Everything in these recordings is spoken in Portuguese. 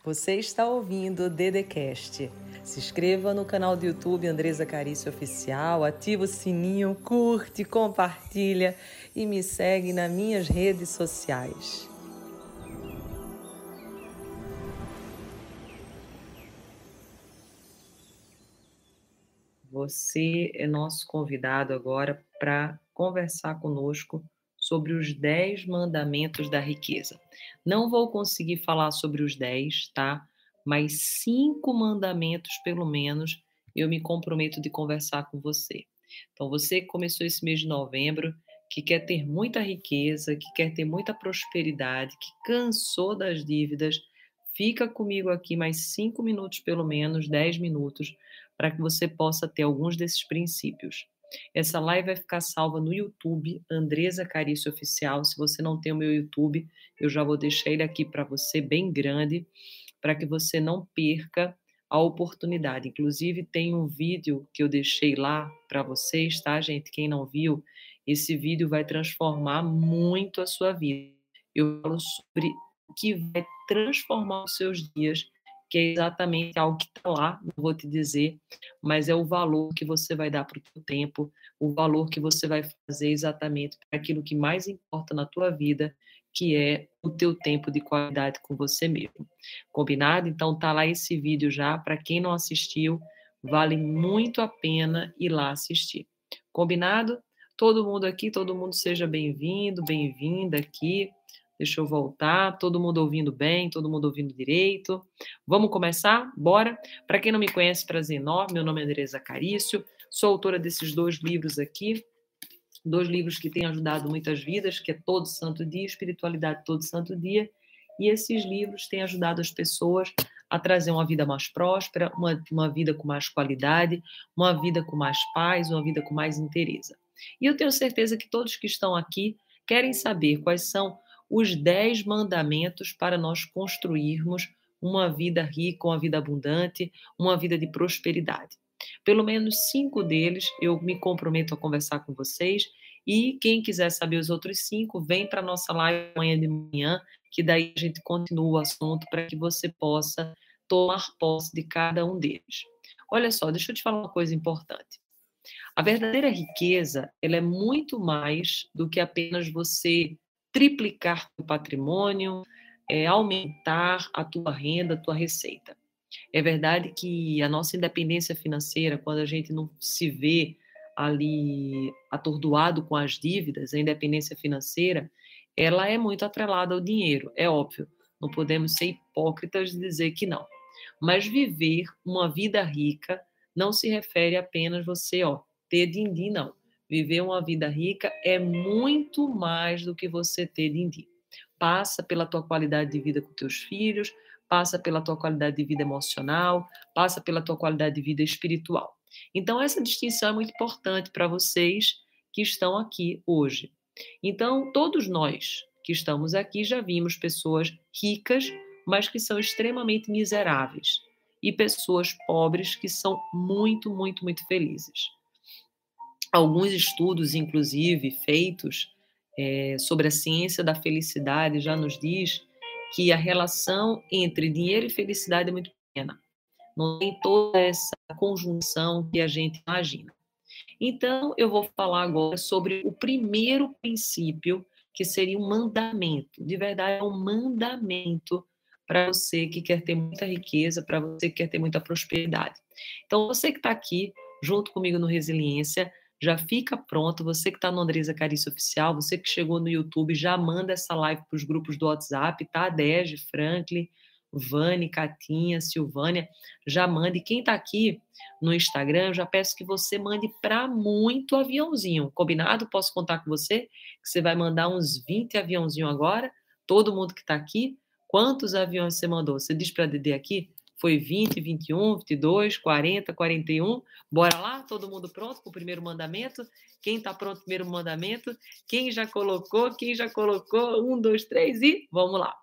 Você está ouvindo o Dedecast. Se inscreva no canal do YouTube Andresa Carício Oficial, ativa o sininho, curte, compartilha e me segue nas minhas redes sociais. Você é nosso convidado agora para conversar conosco sobre os 10 mandamentos da riqueza. Não vou conseguir falar sobre os 10, tá? Mas 5 mandamentos, pelo menos, eu me comprometo de conversar com você. Então, você que começou esse mês de novembro, que quer ter muita riqueza, que quer ter muita prosperidade, que cansou das dívidas, fica comigo aqui mais 5 minutos, pelo menos, 10 minutos, para que você possa ter alguns desses princípios. Essa live vai ficar salva no YouTube, Andresa Carício Oficial. Se você não tem o meu YouTube, eu já vou deixar ele aqui para você, bem grande, para que você não perca a oportunidade. Inclusive, tem um vídeo que eu deixei lá para vocês, tá, gente? Quem não viu, esse vídeo vai transformar muito a sua vida. Eu falo sobre o que vai transformar os seus dias, que é exatamente algo que está lá, não vou te dizer, mas é o valor que você vai dar para o seu tempo, o valor que você vai fazer exatamente para aquilo que mais importa na tua vida, que é o teu tempo de qualidade com você mesmo. Combinado? Então tá lá esse vídeo já, para quem não assistiu, vale muito a pena ir lá assistir. Combinado? Todo mundo aqui, todo mundo seja bem-vindo, bem-vinda aqui. Deixa eu voltar, todo mundo ouvindo bem, todo mundo ouvindo direito. Vamos começar? Bora? Para quem não me conhece, prazer enorme, meu nome é Andresa Carício, sou autora desses 2 livros aqui, 2 livros que têm ajudado muitas vidas, que é Todo Santo Dia, Espiritualidade Todo Santo Dia, e esses livros têm ajudado as pessoas a trazer uma vida mais próspera, uma vida com mais qualidade, uma vida com mais paz, uma vida com mais inteireza. E eu tenho certeza que todos que estão aqui querem saber quais são os 10 mandamentos para nós construirmos uma vida rica, uma vida abundante, uma vida de prosperidade. Pelo menos 5 deles eu me comprometo a conversar com vocês, e quem quiser saber os outros 5, vem para a nossa live amanhã de manhã, que daí a gente continua o assunto para que você possa tomar posse de cada um deles. Olha só, deixa eu te falar uma coisa importante. A verdadeira riqueza, ela é muito mais do que apenas você triplicar o patrimônio, aumentar a tua renda, a tua receita. É verdade que a nossa independência financeira, quando a gente não se vê ali atordoado com as dívidas, a independência financeira, ela é muito atrelada ao dinheiro, é óbvio. Não podemos ser hipócritas de dizer que não. Mas viver uma vida rica não se refere apenas você, ter din-din, não. Viver uma vida rica é muito mais do que você ter din-din. Passa pela tua qualidade de vida com teus filhos, passa pela tua qualidade de vida emocional, passa pela tua qualidade de vida espiritual. Então, essa distinção é muito importante para vocês que estão aqui hoje. Então, todos nós que estamos aqui já vimos pessoas ricas, mas que são extremamente miseráveis, e pessoas pobres que são muito, muito, muito felizes. Alguns estudos, inclusive, feitos sobre a ciência da felicidade já nos diz que a relação entre dinheiro e felicidade é muito pequena. Não tem toda essa conjunção que a gente imagina. Então, eu vou falar agora sobre o primeiro princípio, que seria um mandamento. De verdade, é um mandamento para você que quer ter muita riqueza, para você que quer ter muita prosperidade. Então, você que está aqui junto comigo no Resiliência, já fica pronto. Você que está no Andresa Carício Oficial, você que chegou no YouTube, já manda essa live para os grupos do WhatsApp, tá? Dege, Franklin, Vani, Catinha, Silvânia, já mande. Quem está aqui no Instagram, eu já peço que você mande para muito aviãozinho. Combinado? Posso contar com você? Que você vai mandar uns 20 aviãozinho agora? Todo mundo que está aqui? Quantos aviões você mandou? Você diz para a Dedê aqui? Foi 20, 21, 22, 40, 41. Bora lá? Todo mundo pronto para o primeiro mandamento? Quem está pronto para o primeiro mandamento? Quem já colocou? Quem já colocou? 1, 2, 3 e vamos lá.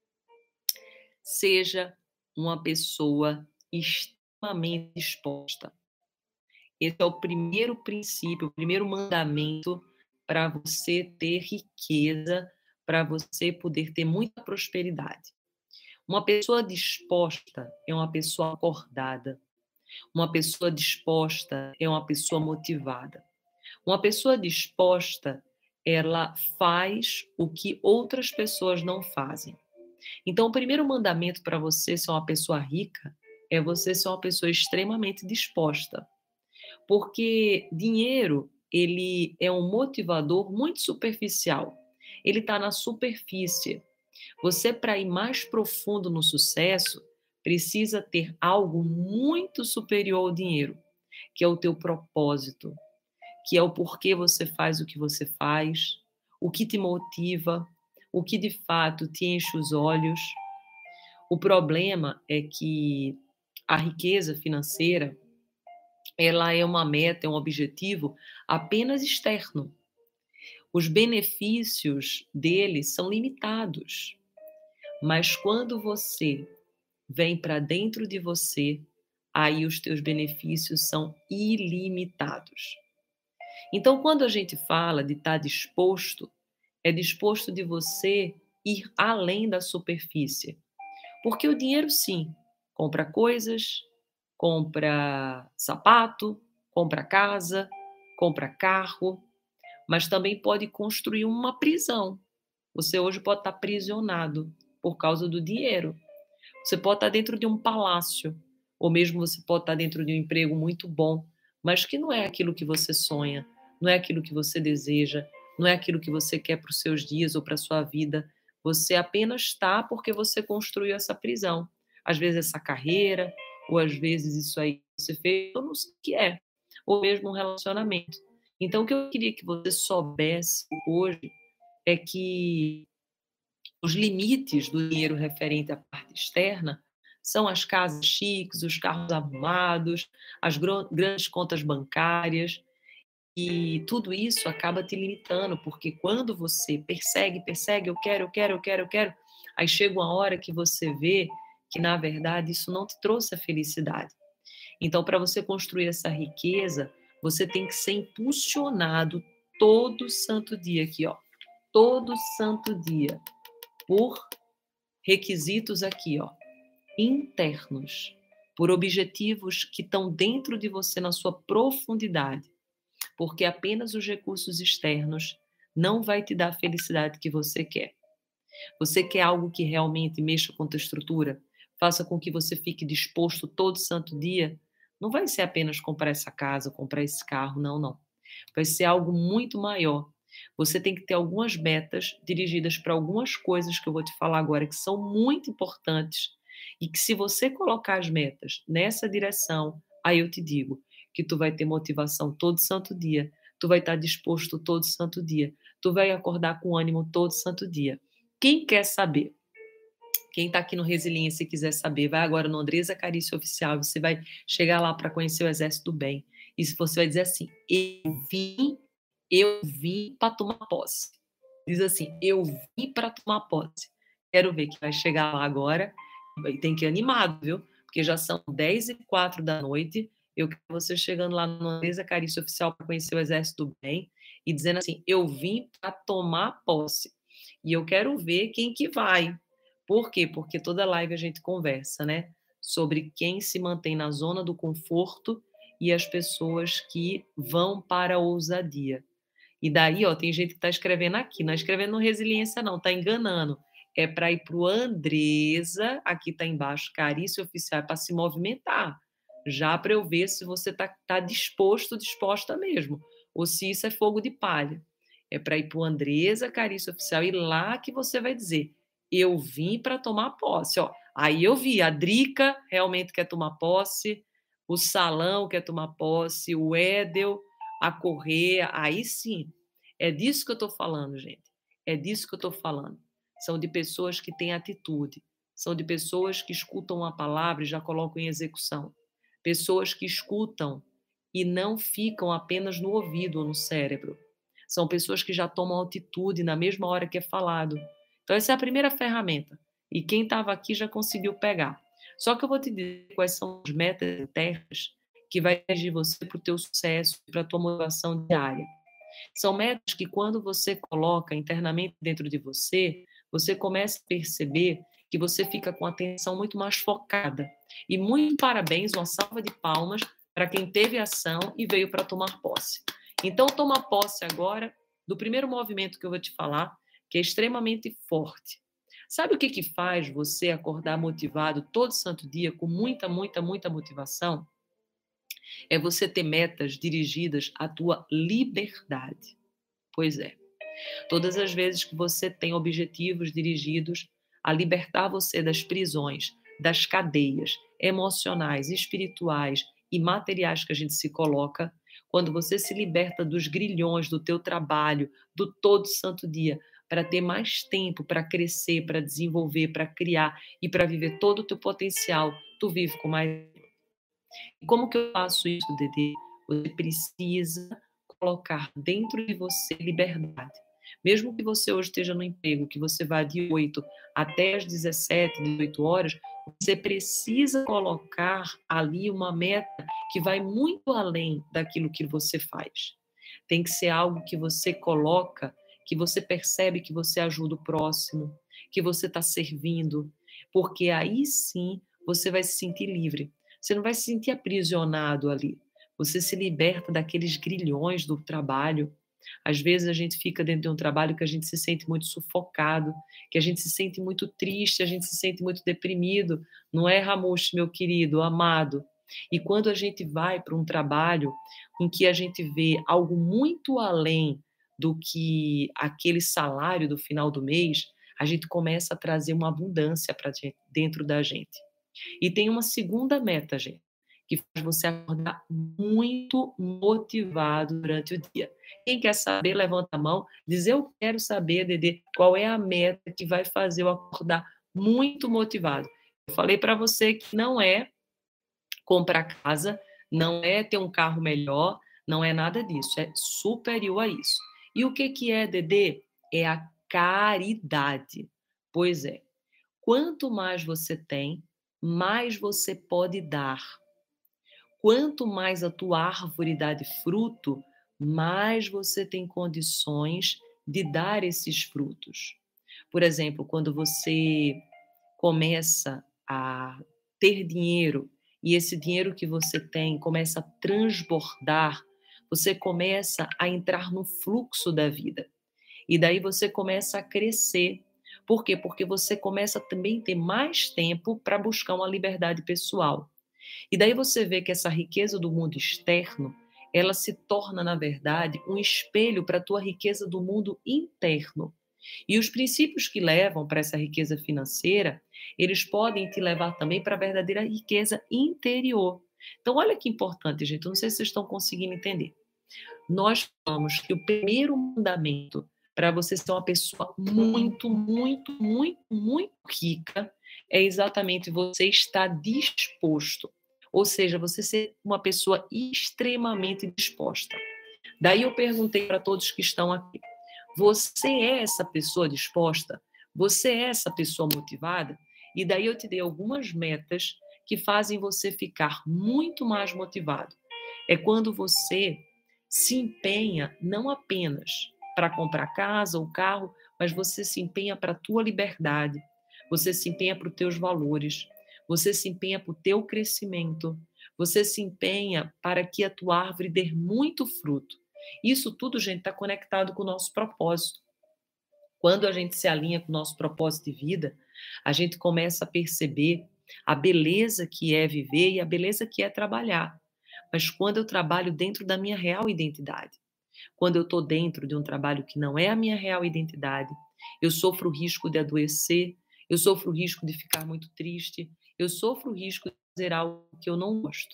Seja uma pessoa extremamente disposta. Esse é o primeiro princípio, o primeiro mandamento para você ter riqueza, para você poder ter muita prosperidade. Uma pessoa disposta é uma pessoa acordada. Uma pessoa disposta é uma pessoa motivada. Uma pessoa disposta, ela faz o que outras pessoas não fazem. Então, o primeiro mandamento para você ser uma pessoa rica é você ser uma pessoa extremamente disposta. Porque dinheiro, ele é um motivador muito superficial. Ele está na superfície. Você, para ir mais profundo no sucesso, precisa ter algo muito superior ao dinheiro, que é o teu propósito, que é o porquê você faz o que você faz, o que te motiva, o que de fato te enche os olhos. O problema é que a riqueza financeira, ela é uma meta, é um objetivo apenas externo. Os benefícios dele são limitados. Mas quando você vem para dentro de você, aí os teus benefícios são ilimitados. Então, quando a gente fala de estar disposto, é disposto de você ir além da superfície. Porque o dinheiro, sim, compra coisas, compra sapato, compra casa, compra carro, mas também pode construir uma prisão. Você hoje pode estar aprisionado por causa do dinheiro. Você pode estar dentro de um palácio, ou mesmo você pode estar dentro de um emprego muito bom, mas que não é aquilo que você sonha, não é aquilo que você deseja, não é aquilo que você quer para os seus dias ou para a sua vida. Você apenas está porque você construiu essa prisão. Às vezes essa carreira, ou às vezes isso aí que você fez, eu não sei o que é, ou mesmo um relacionamento. Então, o que eu queria que você soubesse hoje é que os limites do dinheiro referente à parte externa são as casas chiques, os carros arrumados, as grandes contas bancárias, e tudo isso acaba te limitando, porque quando você persegue, persegue, eu quero, eu quero, eu quero, eu quero, aí chega uma hora que você vê que, na verdade, isso não te trouxe a felicidade. Então, para você construir essa riqueza, você tem que ser impulsionado todo santo dia aqui, ó. Todo santo dia por requisitos aqui, ó, internos, por objetivos que estão dentro de você na sua profundidade, porque apenas os recursos externos não vai te dar a felicidade que você quer. Você quer algo que realmente mexa com a tua estrutura, faça com que você fique disposto todo santo dia, não vai ser apenas comprar essa casa, comprar esse carro, não, não. Vai ser algo muito maior. Você tem que ter algumas metas dirigidas para algumas coisas que eu vou te falar agora, que são muito importantes, e que se você colocar as metas nessa direção, aí eu te digo que tu vai ter motivação todo santo dia, tu vai estar disposto todo santo dia, tu vai acordar com ânimo todo santo dia. Quem quer saber? Quem está aqui no Resiliência e quiser saber, vai agora no Andresa Carício Oficial, você vai chegar lá para conhecer o Exército do Bem. E você vai dizer assim: eu vim para tomar posse. Diz assim: eu vim para tomar posse. Quero ver que vai chegar lá agora. E tem que ir animado, viu? Porque já são 10h04 da noite. Eu quero você chegando lá no Andresa Carício Oficial para conhecer o Exército do Bem e dizendo assim: eu vim para tomar posse. E eu quero ver quem que vai. Por quê? Porque toda live a gente conversa, né? Sobre quem se mantém na zona do conforto e as pessoas que vão para a ousadia. E daí, ó, tem gente que está escrevendo aqui, não é escrevendo no Resiliência, não, está enganando. É para ir para o Andresa, aqui está embaixo, Carício Oficial, é para se movimentar. Já para eu ver se você tá disposto, disposta mesmo, ou se isso é fogo de palha. É para ir para o Andresa, Carício Oficial, e lá que você vai dizer: eu vim para tomar posse. Ó, aí eu vi, a Drica realmente quer tomar posse, o Salão quer tomar posse, o Edel, a Correia, aí sim. É disso que eu estou falando, gente. É disso que eu estou falando. São de pessoas que têm atitude. São de pessoas que escutam uma palavra e já colocam em execução. Pessoas que escutam e não ficam apenas no ouvido ou no cérebro. São pessoas que já tomam atitude na mesma hora que é falado. Então, essa é a primeira ferramenta. E quem estava aqui já conseguiu pegar. Só que eu vou te dizer quais são as metas internas que vai dirigir você para o teu sucesso, para a tua motivação diária. São metas que, quando você coloca internamente dentro de você, você começa a perceber que você fica com a atenção muito mais focada. E muito parabéns, uma salva de palmas para quem teve ação e veio para tomar posse. Então, toma posse agora do primeiro movimento que eu vou te falar, que é extremamente forte. Sabe o que que faz você acordar motivado todo santo dia, com muita, muita, muita motivação? É você ter metas dirigidas à tua liberdade. Pois é. Todas as vezes que você tem objetivos dirigidos a libertar você das prisões, das cadeias emocionais, espirituais e materiais que a gente se coloca, quando você se liberta dos grilhões do teu trabalho, do todo santo dia, para ter mais tempo para crescer, para desenvolver, para criar e para viver todo o teu potencial, tu vive com mais. E como que eu faço isso, Dedê? Você precisa colocar dentro de você liberdade. Mesmo que você hoje esteja no emprego, que você vá de 8 até as 17, 18 horas, você precisa colocar ali uma meta que vai muito além daquilo que você faz. Tem que ser algo que você coloca, que você percebe que você ajuda o próximo, que você está servindo, porque aí sim você vai se sentir livre. Você não vai se sentir aprisionado ali. Você se liberta daqueles grilhões do trabalho. Às vezes a gente fica dentro de um trabalho que a gente se sente muito sufocado, que a gente se sente muito triste, a gente se sente muito deprimido. Não é, Ramush, meu querido, amado? E quando a gente vai para um trabalho em que a gente vê algo muito além do que aquele salário do final do mês, a gente começa a trazer uma abundância para dentro da gente. E tem uma segunda meta, gente, que faz você acordar muito motivado durante o dia. Quem quer saber, levanta a mão, diz: eu quero saber, Dedê, qual é a meta que vai fazer eu acordar muito motivado. Eu falei para você que não é comprar casa, não é ter um carro melhor, não é nada disso, é superior a isso. E o que que é, Dedê? É a caridade. Pois é. Quanto mais você tem, mais você pode dar. Quanto mais a tua árvore dá de fruto, mais você tem condições de dar esses frutos. Por exemplo, quando você começa a ter dinheiro e esse dinheiro que você tem começa a transbordar, você começa a entrar no fluxo da vida. E daí você começa a crescer. Por quê? Porque você começa também a ter mais tempo para buscar uma liberdade pessoal. E daí você vê que essa riqueza do mundo externo, ela se torna, na verdade, um espelho para a tua riqueza do mundo interno. E os princípios que levam para essa riqueza financeira, eles podem te levar também para a verdadeira riqueza interior. Então, olha que importante, gente. Eu não sei se vocês estão conseguindo entender. Nós falamos que o primeiro mandamento para você ser uma pessoa muito, muito, muito, muito rica é exatamente você estar disposto. Ou seja, você ser uma pessoa extremamente disposta. Daí eu perguntei para todos que estão aqui: você é essa pessoa disposta? Você é essa pessoa motivada? E daí eu te dei algumas metas que fazem você ficar muito mais motivado. É quando você se empenha não apenas para comprar casa ou carro, mas você se empenha para a tua liberdade, você se empenha para os teus valores, você se empenha para o teu crescimento, você se empenha para que a tua árvore dê muito fruto. Isso tudo, gente, está conectado com o nosso propósito. Quando a gente se alinha com o nosso propósito de vida, a gente começa a perceber a beleza que é viver e a beleza que é trabalhar. Mas quando eu trabalho dentro da minha real identidade, quando eu estou dentro de um trabalho que não é a minha real identidade, eu sofro o risco de adoecer, eu sofro o risco de ficar muito triste, eu sofro o risco de fazer algo que eu não gosto.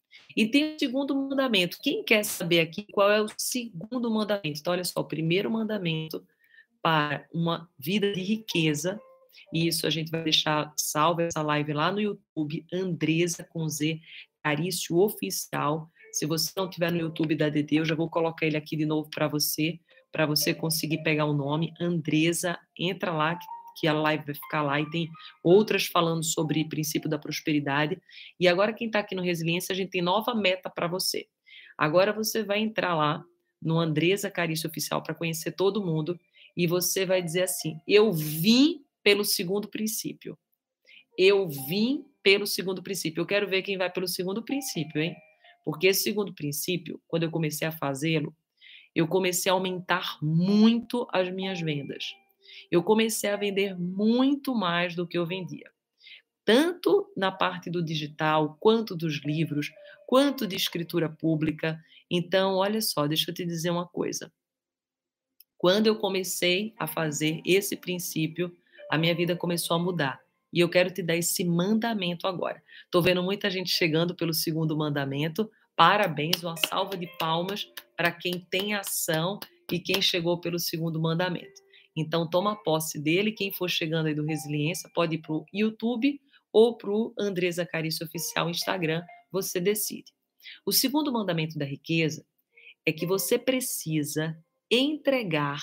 E tem o segundo mandamento. Quem quer saber aqui qual é o segundo mandamento? Então, olha só, o primeiro mandamento para uma vida de riqueza, e isso a gente vai deixar salva essa live lá no YouTube, Andresa com Z, Carício Oficial. Se você não tiver no YouTube da Dedê, eu já vou colocar ele aqui de novo para você conseguir pegar o nome, Andresa, entra lá, que a live vai ficar lá, e tem outras falando sobre princípio da prosperidade. E agora quem está aqui no Resiliência, a gente tem nova meta para você. Agora você vai entrar lá no Andresa Carício Oficial para conhecer todo mundo, e você vai dizer assim: eu vim pelo segundo princípio. Eu vim pelo segundo princípio. Eu quero ver quem vai pelo segundo princípio, hein? Porque esse segundo princípio, quando eu comecei a fazê-lo, eu comecei a aumentar muito as minhas vendas. Eu comecei a vender muito mais do que eu vendia, tanto na parte do digital, quanto dos livros, quanto de escritura pública. Então, olha só, deixa eu te dizer uma coisa. Quando eu comecei a fazer esse princípio, a minha vida começou a mudar. E eu quero te dar esse mandamento agora. Estou vendo muita gente chegando pelo segundo mandamento. Parabéns, uma salva de palmas para quem tem ação e quem chegou pelo segundo mandamento. Então, toma posse dele. Quem for chegando aí do Resiliência, pode ir para o YouTube ou para o Andresa Carício Oficial Instagram, você decide. O segundo mandamento da riqueza é que você precisa entregar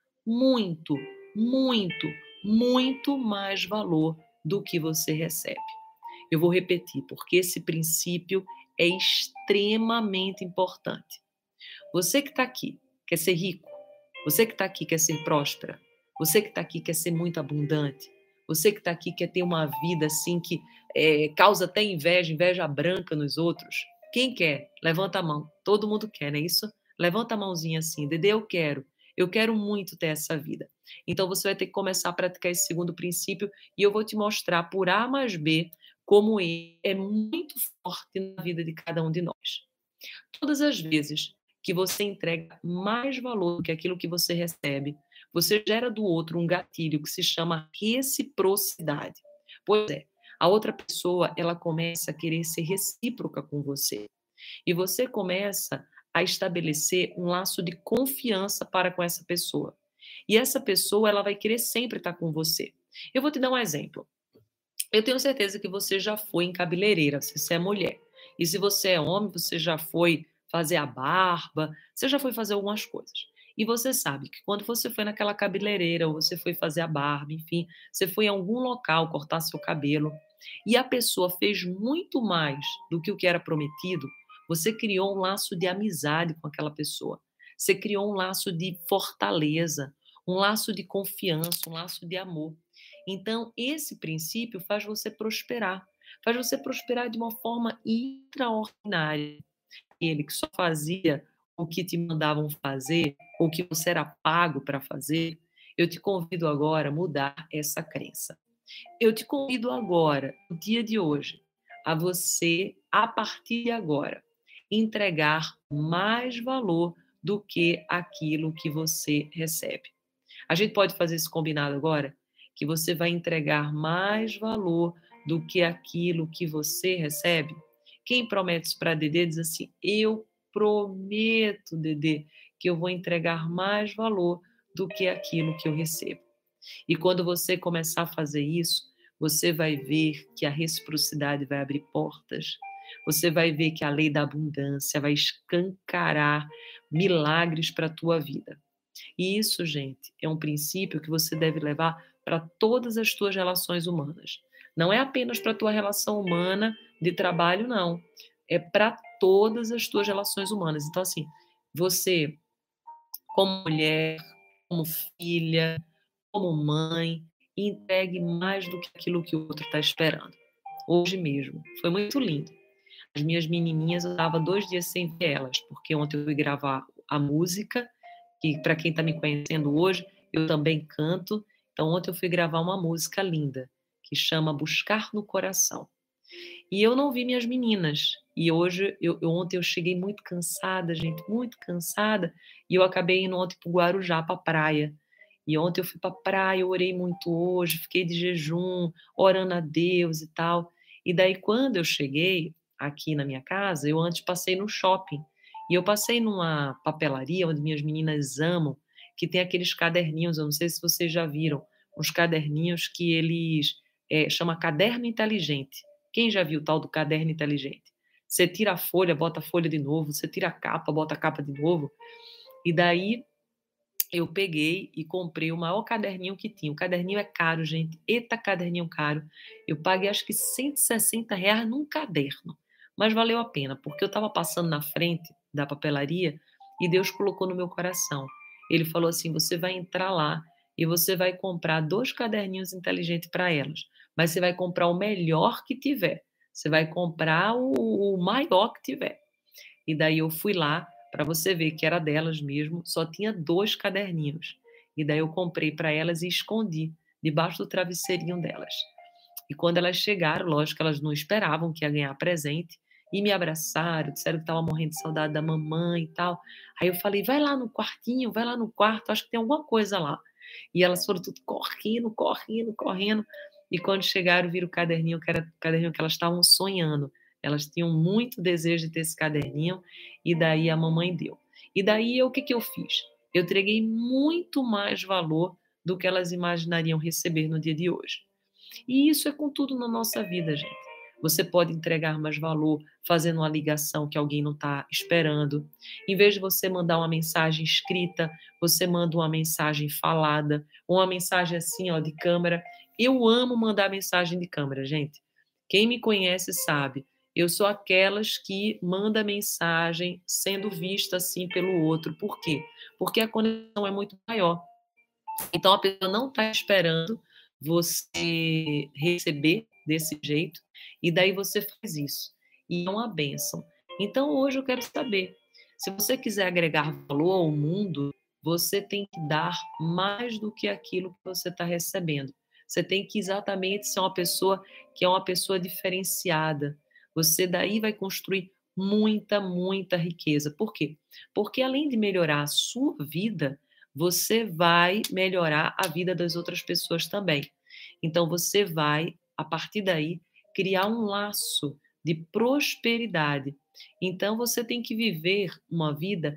muito, muito, muito mais valor do que você recebe. Eu vou repetir, porque esse princípio é extremamente importante. Você que está aqui quer ser rico, você que está aqui quer ser próspera, você que está aqui quer ser muito abundante, você que está aqui quer ter uma vida assim que causa até inveja, inveja branca nos outros. Quem quer? Levanta a mão. Todo mundo quer, não é isso? Levanta a mãozinha assim. Dedê, eu quero. Eu quero muito ter essa vida. Então você vai ter que começar a praticar esse segundo princípio e eu vou te mostrar por A mais B como ele é muito forte na vida de cada um de nós. Todas as vezes que você entrega mais valor do que aquilo que você recebe, você gera do outro um gatilho que se chama reciprocidade. Pois é, a outra pessoa, ela começa a querer ser recíproca com você. E você começa a estabelecer um laço de confiança para com essa pessoa. E essa pessoa, ela vai querer sempre estar com você. Eu vou te dar um exemplo. Eu tenho certeza que você já foi em cabeleireira, se você é mulher. E se você é homem, você já foi fazer a barba, você já foi fazer algumas coisas. E você sabe que quando você foi naquela cabeleireira, ou você foi fazer a barba, enfim, você foi em algum local cortar seu cabelo, e a pessoa fez muito mais do que o que era prometido, você criou um laço de amizade com aquela pessoa. Você criou um laço de fortaleza, um laço de confiança, um laço de amor. Então, esse princípio faz você prosperar de uma forma extraordinária. Ele que só fazia o que te mandavam fazer, ou que você era pago para fazer, eu te convido agora a mudar essa crença. Eu te convido agora, no dia de hoje, a você, a partir de agora, entregar mais valor do que aquilo que você recebe. A gente pode fazer esse combinado agora? Que você vai entregar mais valor do que aquilo que você recebe? Quem promete isso para Dedê diz assim: eu prometo, Dedê, que eu vou entregar mais valor do que aquilo que eu recebo. E quando você começar a fazer isso, você vai ver que a reciprocidade vai abrir portas. Você vai ver que a lei da abundância vai escancarar milagres para a tua vida. E isso, gente, é um princípio que você deve levar para todas as tuas relações humanas. Não é apenas para a tua relação humana de trabalho, não. É para todas as tuas relações humanas. Então, assim, você, como mulher, como filha, como mãe, entregue mais do que aquilo que o outro está esperando. Hoje mesmo. Foi muito lindo. As minhas menininhas, eu estava 2 dias sem ver elas, porque ontem eu fui gravar a música que para quem está me conhecendo hoje, eu também canto. Então, ontem eu fui gravar uma música linda, que chama Buscar no Coração. E eu não vi minhas meninas. E hoje, ontem eu cheguei muito cansada, gente, muito cansada. E eu acabei indo ontem para o Guarujá, para a praia. E ontem eu fui para a praia, eu orei muito hoje, fiquei de jejum, orando a Deus e tal. E daí, quando eu cheguei aqui na minha casa, eu antes passei no shopping. E eu passei numa papelaria onde minhas meninas amam, que tem aqueles caderninhos, eu não sei se vocês já viram, uns caderninhos que eles chama caderno inteligente. Quem já viu o tal do caderno inteligente? Você tira a folha, bota a folha de novo, você tira a capa, bota a capa de novo. E daí eu peguei e comprei o maior caderninho que tinha. O caderninho é caro, gente. Eita, caderninho caro. Eu paguei acho que R$ 160 num caderno. Mas valeu a pena, porque eu estava passando na frente da papelaria e Deus colocou no meu coração. Ele falou assim: você vai entrar lá e você vai comprar 2 caderninhos inteligentes para elas. mas você vai comprar o melhor que tiver. Você vai comprar o maior que tiver. E daí eu fui lá, para você ver que era delas mesmo, só tinha 2 caderninhos. E daí eu comprei para elas e escondi debaixo do travesseirinho delas. E quando elas chegaram, lógico que elas não esperavam que ia ganhar presente, e me abraçaram, disseram que estava morrendo de saudade da mamãe e tal. Aí eu falei: "Vai lá no quartinho, vai lá no quarto, acho que tem alguma coisa lá". E elas foram tudo correndo, correndo, correndo. E quando chegaram, viram o caderninho, que era o caderninho que elas estavam sonhando. Elas tinham muito desejo de ter esse caderninho, e daí a mamãe deu. E daí o que que eu fiz? Eu entreguei muito mais valor do que elas imaginariam receber no dia de hoje. E isso é com tudo na nossa vida, gente. Você pode entregar mais valor fazendo uma ligação que alguém não está esperando. Em vez de você mandar uma mensagem escrita, você manda uma mensagem falada, ou uma mensagem assim, ó, de câmera. Eu amo mandar mensagem de câmera, gente. Quem me conhece sabe. Eu sou aquelas que manda mensagem sendo vista assim pelo outro. Por quê? Porque a conexão é muito maior. Então a pessoa não está esperando você receber desse jeito, e daí você faz isso. E é uma bênção. Então hoje eu quero saber, se você quiser agregar valor ao mundo, você tem que dar mais do que aquilo que você está recebendo. Você tem que exatamente ser uma pessoa que é uma pessoa diferenciada. Você daí vai construir muita, muita riqueza. Por quê? Porque além de melhorar a sua vida, você vai melhorar a vida das outras pessoas também. Então, você vai, a partir daí, criar um laço de prosperidade. Então, você tem que viver uma vida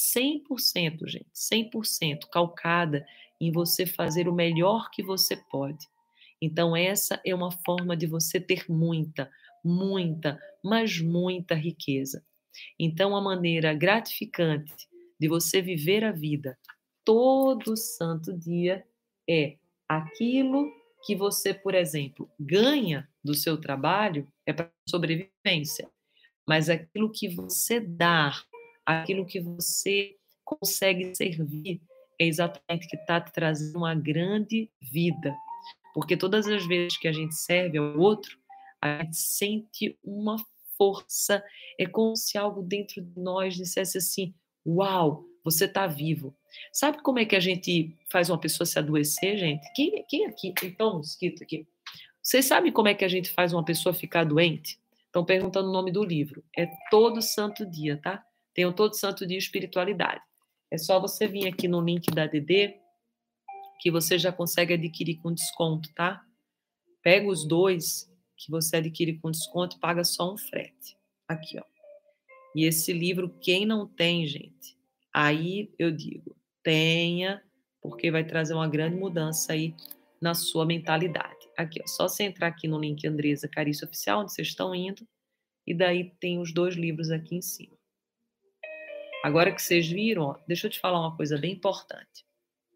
100%, gente, 100% calcada em você fazer o melhor que você pode. Então, essa é uma forma de você ter muita, muita, mas muita riqueza. Então, a maneira gratificante de você viver a vida todo santo dia é aquilo que você, por exemplo, ganha do seu trabalho é para sobrevivência, mas aquilo que você dá, aquilo que você consegue servir, é exatamente que está te trazendo uma grande vida. Porque todas as vezes que a gente serve ao outro, a gente sente uma força, é como se algo dentro de nós dissesse assim: "Uau, você está vivo". Sabe como é que a gente faz uma pessoa se adoecer, gente? Quem aqui tem tão mosquito aqui? Vocês sabem como é que a gente faz uma pessoa ficar doente? Estão perguntando o nome do livro. É Todo Santo Dia, tá? Tem o Todo Santo Dia Espiritualidade. É só você vir aqui no link da DD que você já consegue adquirir com desconto, tá? Pega os 2 que você adquire com desconto e paga só um frete. Aqui, ó. E esse livro, quem não tem, gente, aí eu digo, tenha, porque vai trazer uma grande mudança aí na sua mentalidade. Aqui, ó, só você entrar aqui no link Andresa Carício Oficial, onde vocês estão indo, e daí tem os 2 livros aqui em cima. Agora que vocês viram, ó, deixa eu te falar uma coisa bem importante.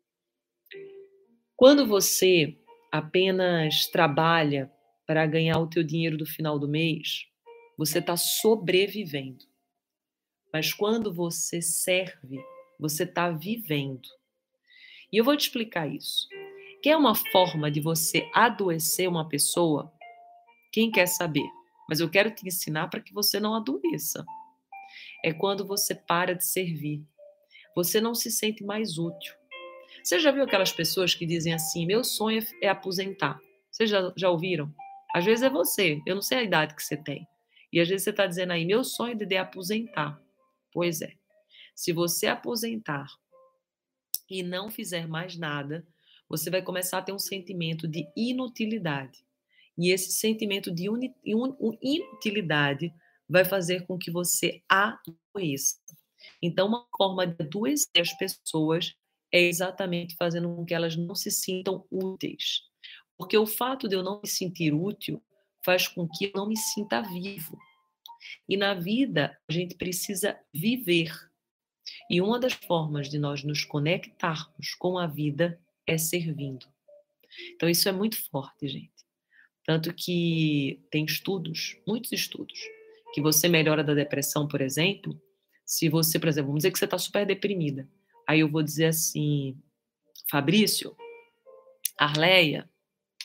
Quando você apenas trabalha para ganhar o teu dinheiro do final do mês, você está sobrevivendo. Mas quando você serve, você está vivendo. E eu vou te explicar isso. Quer uma forma de você adoecer uma pessoa? Quem quer saber? Mas eu quero te ensinar para que você não adoeça. É quando você para de servir. Você não se sente mais útil. Você já viu aquelas pessoas que dizem assim: meu sonho é aposentar? Vocês já ouviram? Às vezes é você, eu não sei a idade que você tem. E às vezes você está dizendo aí: meu sonho é aposentar. Pois é. Se você aposentar e não fizer mais nada, você vai começar a ter um sentimento de inutilidade. E esse sentimento de inutilidade vai fazer com que você adoeça. Então, uma forma de adoecer as pessoas é exatamente fazendo com que elas não se sintam úteis. Porque o fato de eu não me sentir útil faz com que eu não me sinta vivo. E na vida, a gente precisa viver. E uma das formas de nós nos conectarmos com a vida é servindo. Então, isso é muito forte, gente. Tanto que tem estudos, muitos estudos, que você melhora da depressão, por exemplo, se você, por exemplo, vamos dizer que você está super deprimida. Aí eu vou dizer assim: Fabrício, Arleia,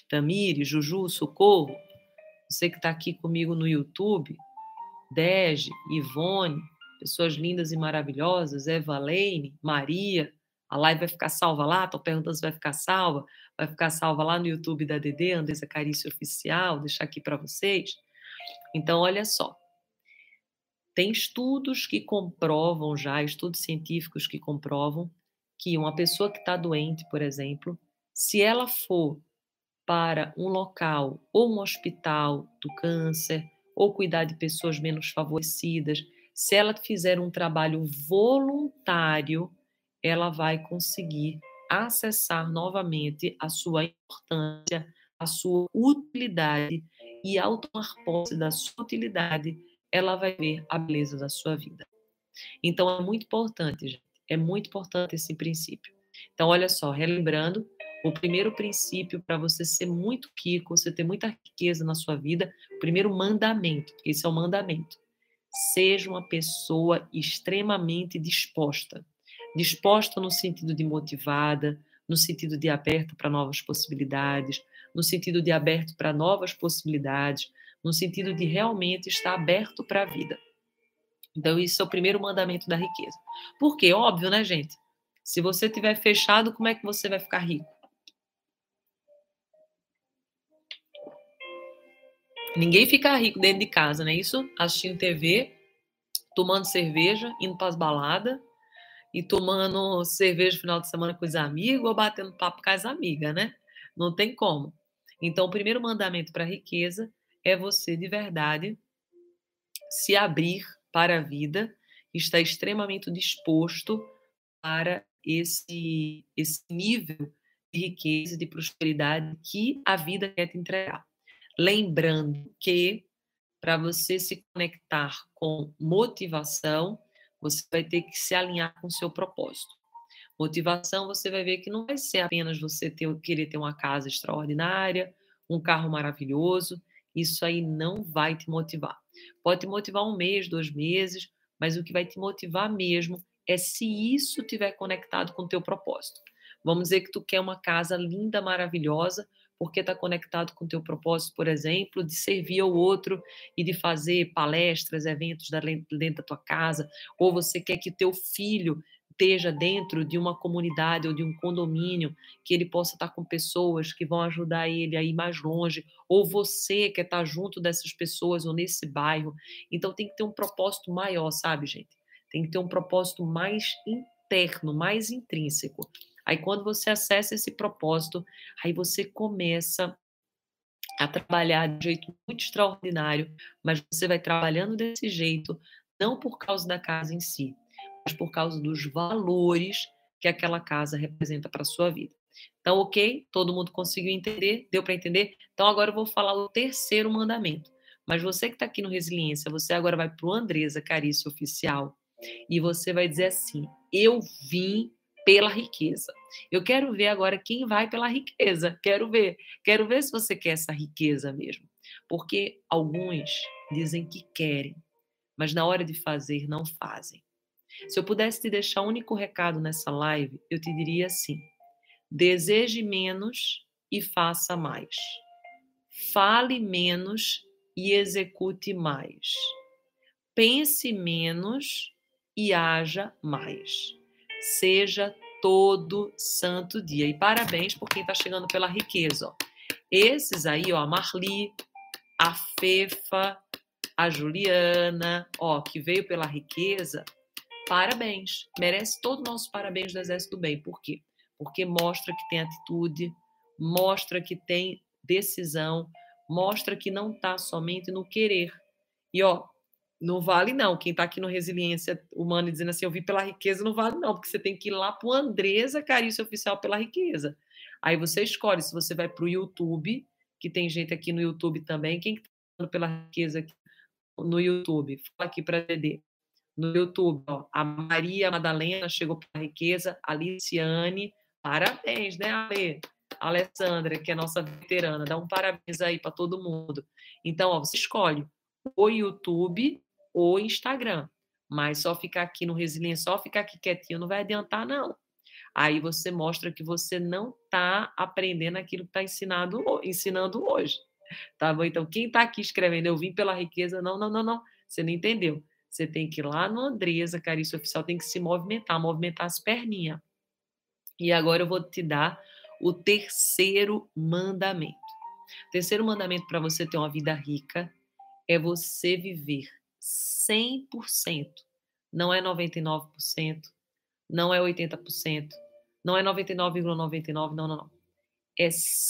Tamires, Juju, Socorro, você que está aqui comigo no YouTube, Dege, Ivone, pessoas lindas e maravilhosas, Eva Lane, Maria, a live vai ficar salva lá? Estou perguntando se vai ficar salva. Vai ficar salva lá no YouTube da Dedê, Andressa Carício Oficial, deixar aqui para vocês. Então, olha só. Tem estudos que comprovam já, estudos científicos que comprovam que uma pessoa que está doente, por exemplo, se ela for para um local ou um hospital do câncer, ou cuidar de pessoas menos favorecidas, se ela fizer um trabalho voluntário, ela vai conseguir acessar novamente a sua importância, a sua utilidade, e ao tomar posse da sua utilidade, ela vai ver a beleza da sua vida. Então, é muito importante, gente. É muito importante esse princípio. Então, olha só, relembrando, o primeiro princípio para você ser muito rico, você ter muita riqueza na sua vida, o primeiro mandamento, esse é o mandamento. Seja uma pessoa extremamente disposta. Disposta no sentido de motivada, no sentido de aberta para novas possibilidades, no sentido de aberto para novas possibilidades, no sentido de realmente estar aberto para a vida. Então, isso é o primeiro mandamento da riqueza. Por quê? Óbvio, né, gente? Se você tiver fechado, como é que você vai ficar rico? Ninguém fica rico dentro de casa, né? Isso, assistindo TV, tomando cerveja, indo para as baladas e tomando cerveja no final de semana com os amigos ou batendo papo com as amigas, né? Não tem como. Então, o primeiro mandamento para a riqueza é você, de verdade, se abrir para a vida, estar extremamente disposto para esse nível de riqueza, de prosperidade que a vida quer te entregar. Lembrando que, para você se conectar com motivação, você vai ter que se alinhar com o seu propósito. Motivação, você vai ver que não vai ser apenas você querer ter uma casa extraordinária, um carro maravilhoso. Isso aí não vai te motivar. Pode te motivar um mês, 2 meses, mas o que vai te motivar mesmo é se isso estiver conectado com o teu propósito. Vamos dizer que tu quer uma casa linda, maravilhosa, porque está conectado com o teu propósito, por exemplo, de servir ao outro e de fazer palestras, eventos dentro da tua casa, ou você quer que teu filho esteja dentro de uma comunidade ou de um condomínio, que ele possa estar com pessoas que vão ajudar ele a ir mais longe, ou você quer estar junto dessas pessoas ou nesse bairro. Então tem que ter um propósito maior, sabe, gente? Tem que ter um propósito mais interno, mais intrínseco. Aí quando você acessa esse propósito, aí você começa a trabalhar de um jeito muito extraordinário, mas você vai trabalhando desse jeito, não por causa da casa em si, mas por causa dos valores que aquela casa representa para a sua vida. Então, ok? Todo mundo conseguiu entender? Deu para entender? Então, agora eu vou falar o terceiro mandamento. Mas você que está aqui no Resiliência, você agora vai para o Andressa Carício Oficial e você vai dizer assim: eu vim pela riqueza. Eu quero ver agora quem vai pela riqueza. Quero ver. Quero ver se você quer essa riqueza mesmo. Porque alguns dizem que querem, mas na hora de fazer, não fazem. Se eu pudesse te deixar um único recado nessa live, eu te diria assim: deseje menos e faça mais. Fale menos e execute mais. Pense menos e haja mais. Seja todo santo dia. E parabéns por quem está chegando pela riqueza. Ó. Esses aí, ó, a Marli, a Fefa, a Juliana, ó, que veio pela riqueza, parabéns. Merece todo o nosso parabéns do Exército do Bem. Por quê? Porque mostra que tem atitude, mostra que tem decisão, mostra que não está somente no querer. E, ó, não vale não. Quem está aqui no Resiliência Humana dizendo assim, eu vim pela riqueza, não vale não, porque você tem que ir lá para o Andressa Carício Oficial pela riqueza. Aí você escolhe se você vai para o YouTube, que tem gente aqui no YouTube também. Quem está pela riqueza aqui no YouTube? Fala aqui para a Dedê. No YouTube, ó, a Maria Madalena chegou pela riqueza, a Liciane, parabéns, né, Ale? A Alessandra, que é nossa veterana, dá um parabéns aí para todo mundo. Então, ó, você escolhe o YouTube ou Instagram, mas só ficar aqui no Resiliência, só ficar aqui quietinho não vai adiantar, não. Aí você mostra que você não está aprendendo aquilo que está ensinando hoje. Tá bom? Então, quem está aqui escrevendo, eu vim pela riqueza, não, não, não, não. Você não entendeu. Você tem que ir lá no Andresa, Carício Oficial, tem que se movimentar as perninhas. E agora eu vou te dar o terceiro mandamento. O terceiro mandamento para você ter uma vida rica é você viver 100%. Não é 99%, não é 80%, não é 99,99, não, não, não. É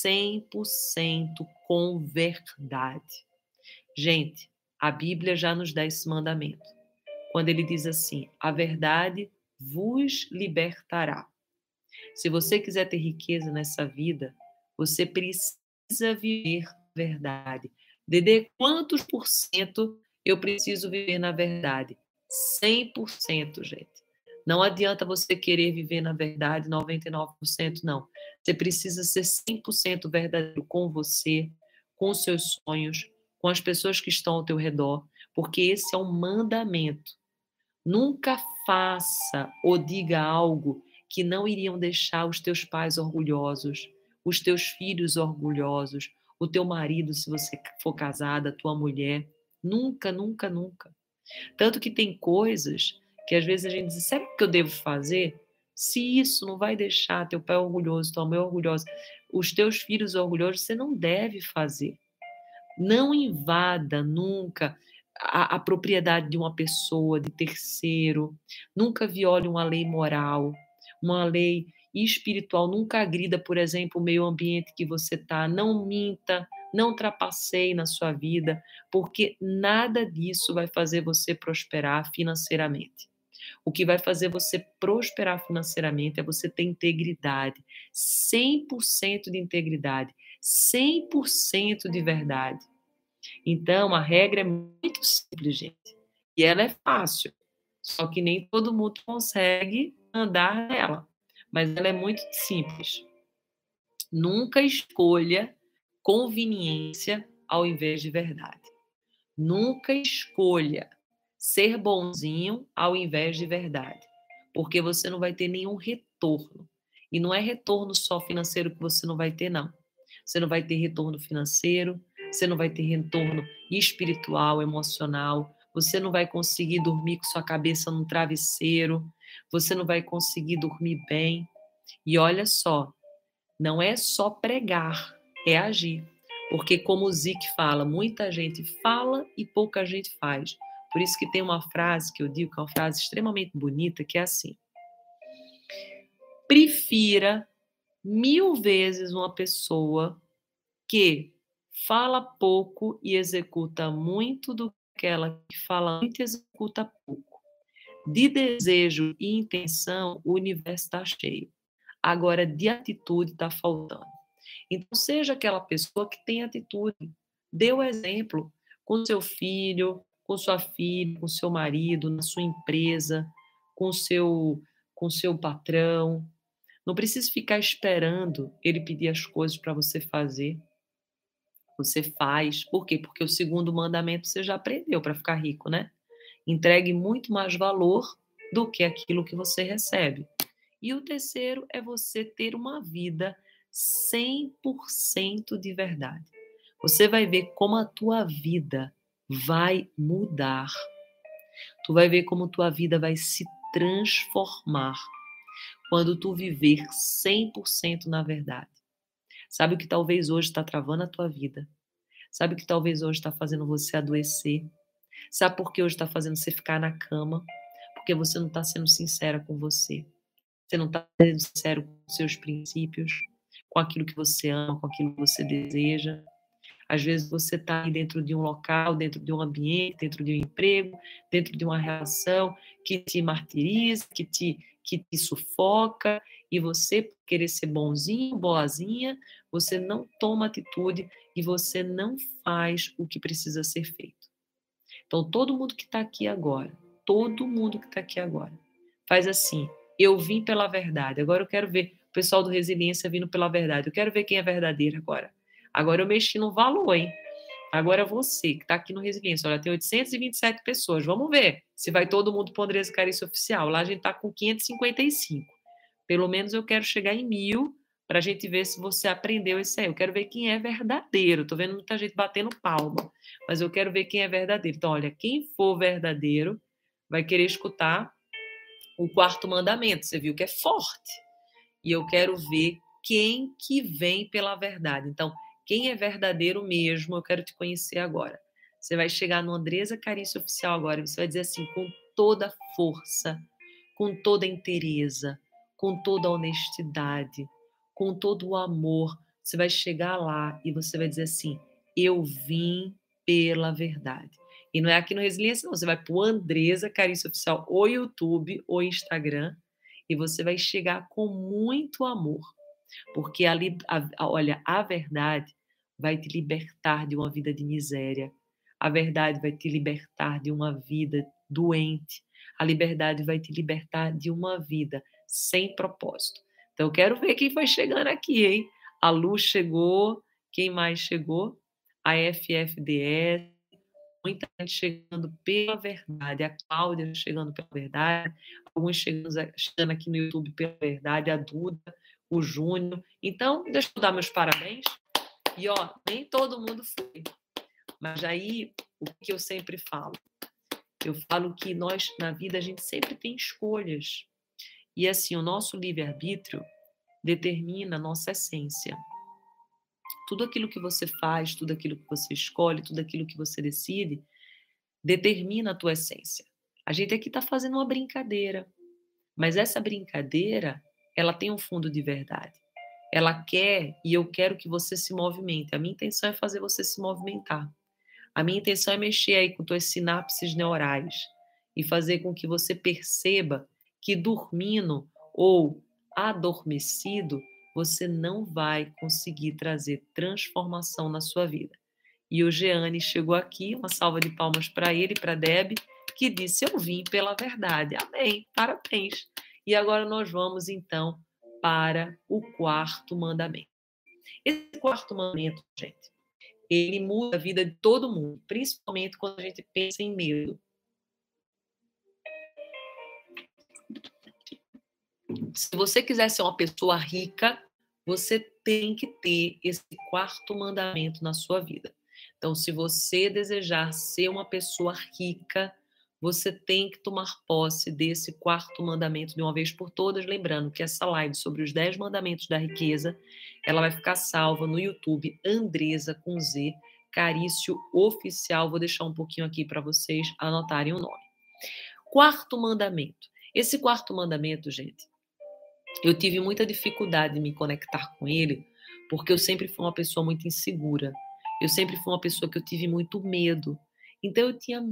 100% com verdade. Gente, a Bíblia já nos dá esse mandamento. Quando ele diz assim: a verdade vos libertará. Se você quiser ter riqueza nessa vida, você precisa viver a verdade. Dedê, quantos por cento eu preciso viver na verdade? 100%, gente. Não adianta você querer viver na verdade 99%, não. Você precisa ser 100% verdadeiro com você, com os seus sonhos, com as pessoas que estão ao teu redor, porque esse é um mandamento. Nunca faça ou diga algo que não iriam deixar os teus pais orgulhosos, os teus filhos orgulhosos, o teu marido, se você for casada, a tua mulher. Nunca, nunca, nunca. Tanto que tem coisas que às vezes a gente diz, sabe o que eu devo fazer? Se isso não vai deixar teu pai orgulhoso, tua mãe orgulhosa, os teus filhos orgulhosos, você não deve fazer. Não invada nunca a propriedade de uma pessoa, de terceiro. Nunca viole uma lei moral, uma lei espiritual. Nunca agrida, por exemplo, o meio ambiente que você está. Não minta, não trapaceie na sua vida, porque nada disso vai fazer você prosperar financeiramente. O que vai fazer você prosperar financeiramente é você ter integridade, 100% de integridade, 100% de verdade. Então, a regra é muito simples, gente. E ela é fácil. Só que nem todo mundo consegue andar nela. Mas ela é muito simples. Nunca escolha conveniência ao invés de verdade. Nunca escolha ser bonzinho ao invés de verdade. Porque você não vai ter nenhum retorno. E não é retorno só financeiro que você não vai ter, não. Você não vai ter retorno financeiro, você não vai ter retorno espiritual, emocional, você não vai conseguir dormir com sua cabeça num travesseiro, você não vai conseguir dormir bem. E olha só, não é só pregar, é agir. Porque, como o Zic fala, muita gente fala e pouca gente faz. Por isso que tem uma frase que eu digo, que é uma frase extremamente bonita, que é assim: prefira 1000 vezes uma pessoa que fala pouco e executa muito do que aquela que fala muito e executa pouco. De desejo e intenção, o universo está cheio. Agora, de atitude está faltando. Então, seja aquela pessoa que tem atitude. Dê o exemplo com seu filho, com sua filha, com seu marido, na sua empresa, com seu patrão. Não precisa ficar esperando ele pedir as coisas para você fazer. Você faz. Por quê? Porque o segundo mandamento você já aprendeu para ficar rico, né? Entregue muito mais valor do que aquilo que você recebe. E o terceiro é você ter uma vida 100% de verdade. Você vai ver como a tua vida vai mudar. Tu vai ver como tua vida vai se transformar quando tu viver 100% na verdade. Sabe o que talvez hoje está travando a tua vida? Sabe o que talvez hoje está fazendo você adoecer? Sabe por que hoje está fazendo você ficar na cama? Porque você não está sendo sincera com você. Você não está sendo sincero com os seus princípios, com aquilo que você ama, com aquilo que você deseja. Às vezes você está dentro de um local, dentro de um ambiente, dentro de um emprego, dentro de uma relação que te martiriza, que te sufoca, e você, por querer ser bonzinho, boazinha, você não toma atitude e você não faz o que precisa ser feito. Então, todo mundo que está aqui agora, todo mundo que está aqui agora, faz assim: eu vim pela verdade, agora eu quero ver o pessoal do Resiliência vindo pela verdade, eu quero ver quem é verdadeiro agora. Agora eu mexi no valor, hein? Agora você que está aqui no Resiliência, olha, tem 827 pessoas, vamos ver se vai todo mundo para o Andresa Carício Oficial. Lá a gente está com 555. Pelo menos eu quero chegar em 1000 para a gente ver se você aprendeu isso aí. Eu quero ver quem é verdadeiro. Tô vendo muita gente batendo palma, mas eu quero ver quem é verdadeiro. Então, olha, quem for verdadeiro vai querer escutar o quarto mandamento. Você viu que é forte. E eu quero ver quem que vem pela verdade. Então, quem é verdadeiro mesmo, eu quero te conhecer agora. Você vai chegar no Andresa Carício Oficial agora e você vai dizer assim, com toda a força, com toda a inteireza, com toda a honestidade, com todo o amor. Você vai chegar lá e você vai dizer assim: eu vim pela verdade. E não é aqui no Resiliência, não. Você vai para o Andresa Carício Oficial, ou YouTube, ou Instagram, e você vai chegar com muito amor. Porque ali, olha, a verdade vai te libertar de uma vida de miséria. A verdade vai te libertar de uma vida doente. A liberdade vai te libertar de uma vida sem propósito. Então, eu quero ver quem foi chegando aqui, hein? A Lu chegou. Quem mais chegou? A FFDS. Muita gente chegando pela verdade. A Cláudia chegando pela verdade. Alguns chegando aqui no YouTube pela verdade. A Duda, o Júnior. Então, deixa eu dar meus parabéns. E, ó, nem todo mundo foi. Mas aí, o que eu sempre falo? Eu falo que nós, na vida, a gente sempre tem escolhas. E, assim, o nosso livre-arbítrio determina a nossa essência. Tudo aquilo que você faz, tudo aquilo que você escolhe, tudo aquilo que você decide, determina a tua essência. A gente aqui está fazendo uma brincadeira, mas essa brincadeira, ela tem um fundo de verdade. Ela quer e eu quero que você se movimente. A minha intenção é fazer você se movimentar. A minha intenção é mexer aí com tuas sinapses neurais e fazer com que você perceba que dormindo ou adormecido, você não vai conseguir trazer transformação na sua vida. E o Jeane chegou aqui, uma salva de palmas para ele e para a Deb, que disse: eu vim pela verdade. Amém, parabéns. E agora nós vamos, então, para o quarto mandamento. Esse quarto mandamento, gente, ele muda a vida de todo mundo, principalmente quando a gente pensa em medo. Se você quiser ser uma pessoa rica, você tem que ter esse quarto mandamento na sua vida. Então, se você desejar ser uma pessoa rica, você tem que tomar posse desse quarto mandamento de uma vez por todas, lembrando que essa live sobre os 10 mandamentos da riqueza, ela vai ficar salva no YouTube Andresa com Z, Carício Oficial. Vou deixar um pouquinho aqui para vocês anotarem o nome. Quarto mandamento. Esse quarto mandamento, gente, eu tive muita dificuldade de me conectar com ele, porque eu sempre fui uma pessoa muito insegura. Eu sempre fui uma pessoa que eu tive muito medo. Então eu tinha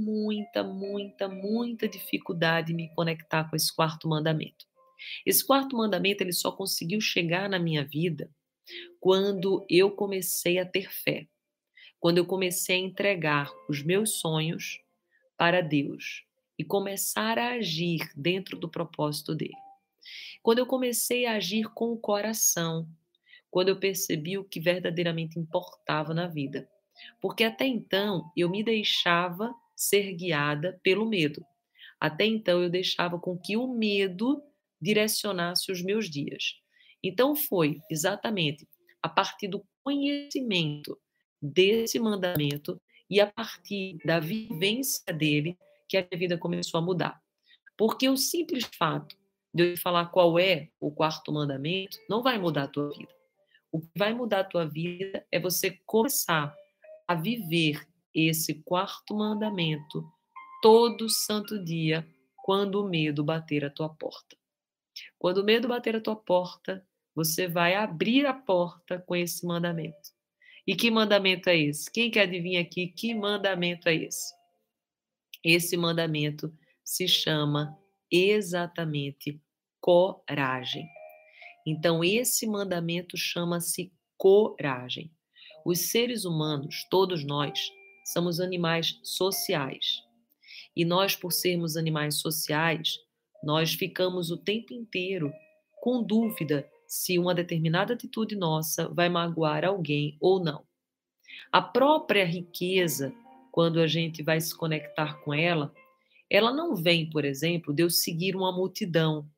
muita dificuldade de me conectar com esse quarto mandamento. Esse quarto mandamento ele só conseguiu chegar na minha vida quando eu comecei a ter fé, quando eu comecei a entregar os meus sonhos para Deus e começar a agir dentro do propósito dele. Quando eu comecei a agir com o coração, quando eu percebi o que verdadeiramente importava na vida. Porque até então eu me deixava ser guiada pelo medo. Até então eu deixava com que o medo direcionasse os meus dias. Então foi exatamente a partir do conhecimento desse mandamento e a partir da vivência dele que a minha vida começou a mudar. Porque o simples fato de eu te falar qual é o quarto mandamento não vai mudar a tua vida. O que vai mudar a tua vida é você começar a viver esse quarto mandamento todo santo dia, quando o medo bater a tua porta. Quando o medo bater a tua porta, você vai abrir a porta com esse mandamento. E que mandamento é esse? Quem quer adivinhar aqui que mandamento é esse? Esse mandamento se chama exatamente coragem. Então, esse mandamento chama-se coragem. Os seres humanos, todos nós, somos animais sociais. E nós, por sermos animais sociais, nós ficamos o tempo inteiro com dúvida se uma determinada atitude nossa vai magoar alguém ou não. A própria riqueza, quando a gente vai se conectar com ela, ela não vem, por exemplo, de eu seguir uma multidão.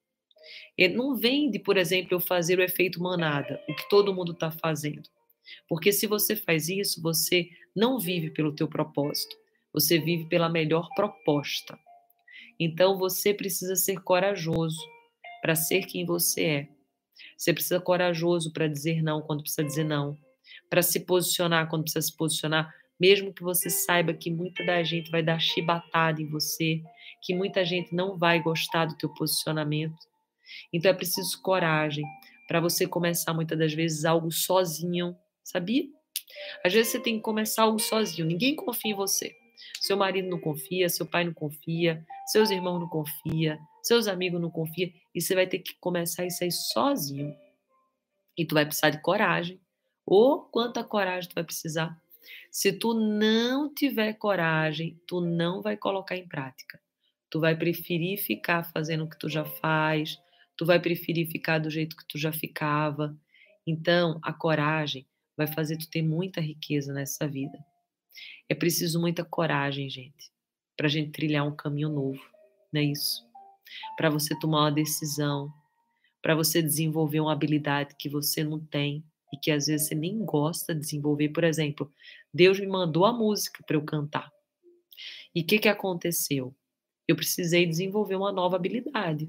Não vem de, por exemplo, eu fazer o efeito manada, o que todo mundo está fazendo. Porque se você faz isso, você não vive pelo teu propósito, você vive pela melhor proposta. Então você precisa ser corajoso para ser quem você é. Você precisa ser corajoso para dizer não quando precisa dizer não, para se posicionar quando precisa se posicionar, mesmo que você saiba que muita da gente vai dar chibatada em você, que muita gente não vai gostar do teu posicionamento. Então é preciso coragem para você começar muitas das vezes algo sozinho, sabia? Às vezes você tem que começar algo sozinho, ninguém confia em você. Seu marido não confia, seu pai não confia, seus irmãos não confiam, seus amigos não confiam, e você vai ter que começar isso aí sozinho. E tu vai precisar de coragem. Ou quanta coragem tu vai precisar. Se tu não tiver coragem, tu não vai colocar em prática. Tu vai preferir ficar fazendo o que tu já faz, tu vai preferir ficar do jeito que tu já ficava. Então, a coragem vai fazer tu ter muita riqueza nessa vida. É preciso muita coragem, gente, para a gente trilhar um caminho novo, não é isso? Para você tomar uma decisão, para você desenvolver uma habilidade que você não tem e que às vezes você nem gosta de desenvolver. Por exemplo, Deus me mandou a música para eu cantar. E o que, que aconteceu? Eu precisei desenvolver uma nova habilidade.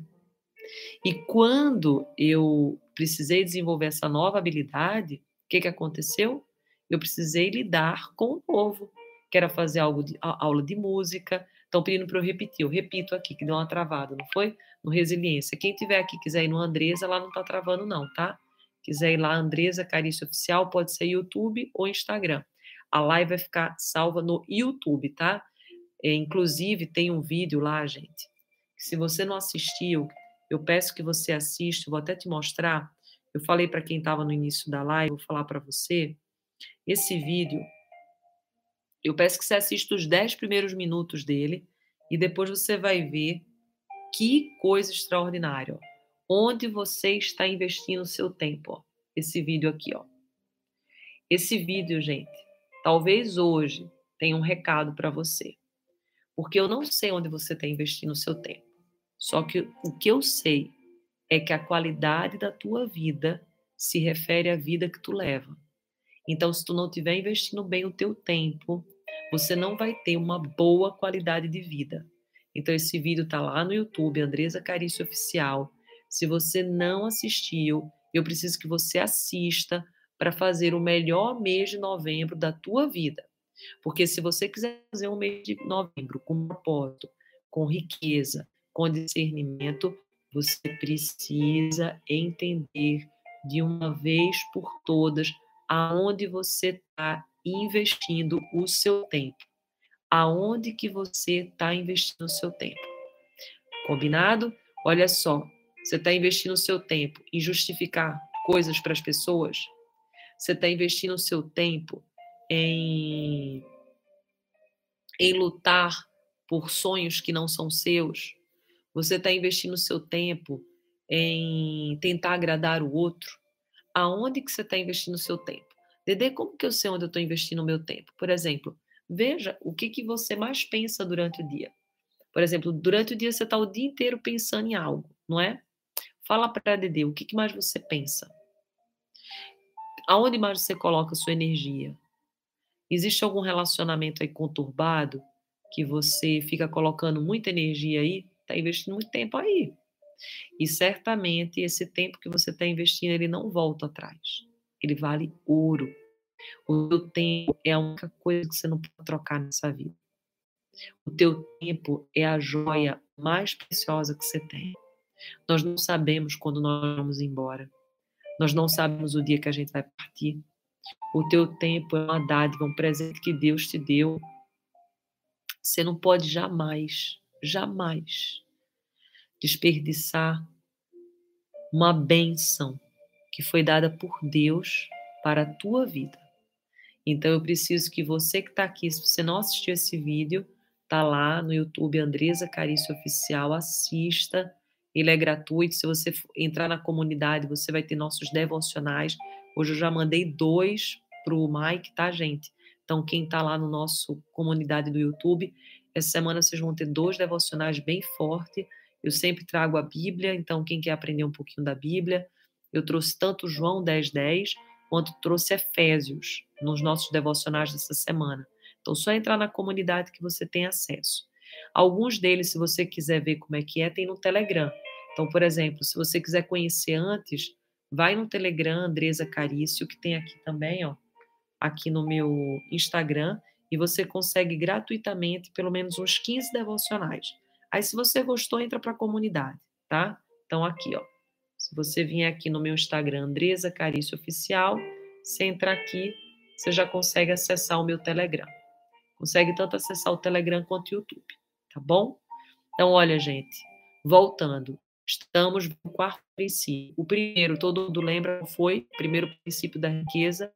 E quando eu precisei desenvolver essa nova habilidade, o que, que aconteceu? Eu precisei lidar com o novo, que era fazer aula de música. Estão pedindo para eu repetir, eu repito aqui, que deu uma travada, não foi? No Resiliência. Quem tiver aqui, quiser ir no Andresa, lá não está travando não, tá? Quiser ir lá, Andresa Carício Oficial, pode ser YouTube ou Instagram. A live vai ficar salva no YouTube, tá? Inclusive, tem um vídeo lá, gente, que se você não assistiu, eu peço que você assista, vou até te mostrar. Eu falei para quem estava no início da live, vou falar para você. Esse vídeo, eu peço que você assista os 10 primeiros minutos dele e depois você vai ver que coisa extraordinária. Ó. Onde você está investindo o seu tempo. Ó. Esse vídeo aqui. Ó. Esse vídeo, gente, talvez hoje tenha um recado para você. Porque eu não sei onde você está investindo o seu tempo. Só que o que eu sei é que a qualidade da tua vida se refere à vida que tu leva. Então, se tu não estiver investindo bem o teu tempo, você não vai ter uma boa qualidade de vida. Então, esse vídeo está lá no YouTube, Andresa Carício Oficial. Se você não assistiu, eu preciso que você assista para fazer o melhor mês de novembro da tua vida. Porque se você quiser fazer um mês de novembro com propósito, com riqueza, com discernimento, você precisa entender de uma vez por todas aonde você está investindo o seu tempo. Aonde que você está investindo o seu tempo. Combinado? Olha só, você está investindo o seu tempo em justificar coisas para as pessoas? Você está investindo o seu tempo em lutar por sonhos que não são seus? Você está investindo o seu tempo em tentar agradar o outro? Aonde que você está investindo o seu tempo? Dedê, como que eu sei onde eu estou investindo o meu tempo? Por exemplo, veja o que, que você mais pensa durante o dia. Por exemplo, durante o dia você está o dia inteiro pensando em algo, não é? Fala para a Dedê, o que, que mais você pensa? Aonde mais você coloca a sua energia? Existe algum relacionamento aí conturbado que você fica colocando muita energia aí? Está investindo muito tempo aí. E certamente esse tempo que você está investindo, ele não volta atrás. Ele vale ouro. O teu tempo é a única coisa que você não pode trocar nessa vida. O teu tempo é a joia mais preciosa que você tem. Nós não sabemos quando nós vamos embora. Nós não sabemos o dia que a gente vai partir. O teu tempo é uma dádiva, um presente que Deus te deu. Você não pode jamais, jamais desperdiçar uma bênção que foi dada por Deus para a tua vida. Então eu preciso que você que está aqui, se você não assistiu esse vídeo, tá lá no YouTube Andresa Carício Oficial, assista. Ele é gratuito. Se você entrar na comunidade, você vai ter nossos devocionais. Hoje eu já mandei 2 para o Mike, tá, gente? Então quem está lá no nosso comunidade do YouTube, essa semana vocês vão ter 2 devocionais bem fortes. Eu sempre trago a Bíblia, então quem quer aprender um pouquinho da Bíblia, eu trouxe tanto João 10:10, quanto trouxe Efésios nos nossos devocionais dessa semana. Então, só entrar na comunidade que você tem acesso. Alguns deles, se você quiser ver como é que é, tem no Telegram. Então, por exemplo, se você quiser conhecer antes, vai no Telegram, Andresa Carício, que tem aqui também, ó, aqui no meu Instagram, e você consegue gratuitamente pelo menos uns 15 devocionais. Aí, se você gostou, entra para a comunidade, tá? Então, aqui, ó. Se você vier aqui no meu Instagram, Andresa Carício Oficial, você entrar aqui, você já consegue acessar o meu Telegram. Consegue tanto acessar o Telegram quanto o YouTube, tá bom? Então, olha, gente, voltando, estamos no quarto princípio. O primeiro, todo mundo lembra, foi o primeiro princípio da riqueza: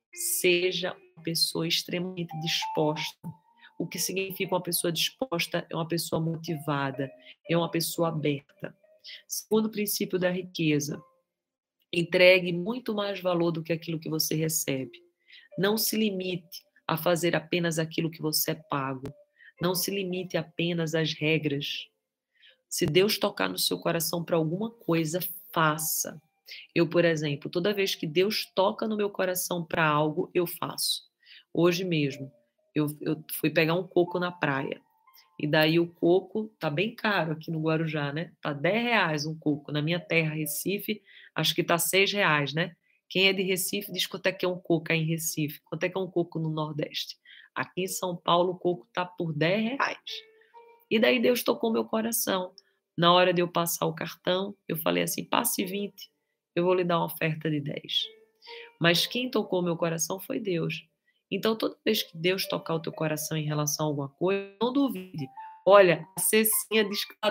seja uma pessoa extremamente disposta. O que significa uma pessoa disposta? É uma pessoa motivada, é uma pessoa aberta. Segundo princípio da riqueza: entregue muito mais valor do que aquilo que você recebe. Não se limite a fazer apenas aquilo que você é pago. Não se limite apenas às regras. Se Deus tocar no seu coração para alguma coisa, faça. Eu, por exemplo, toda vez que Deus toca no meu coração para algo, eu faço. Hoje mesmo, eu fui pegar um coco na praia. E daí o coco tá bem caro aqui no Guarujá, né? Tá R$ 10 um coco. Na minha terra, Recife, acho que tá R$ 6, né? Quem é de Recife diz quanto é que é um coco aí em Recife. Quanto é que é um coco no Nordeste? Aqui em São Paulo, o coco tá por R$ 10. E daí Deus tocou meu coração. Na hora de eu passar o cartão, eu falei assim: passe 20, eu vou lhe dar uma oferta de 10. Mas quem tocou meu coração foi Deus. Então, toda vez que Deus tocar o teu coração em relação a alguma coisa, não duvide. Olha, a Cecinha diz que está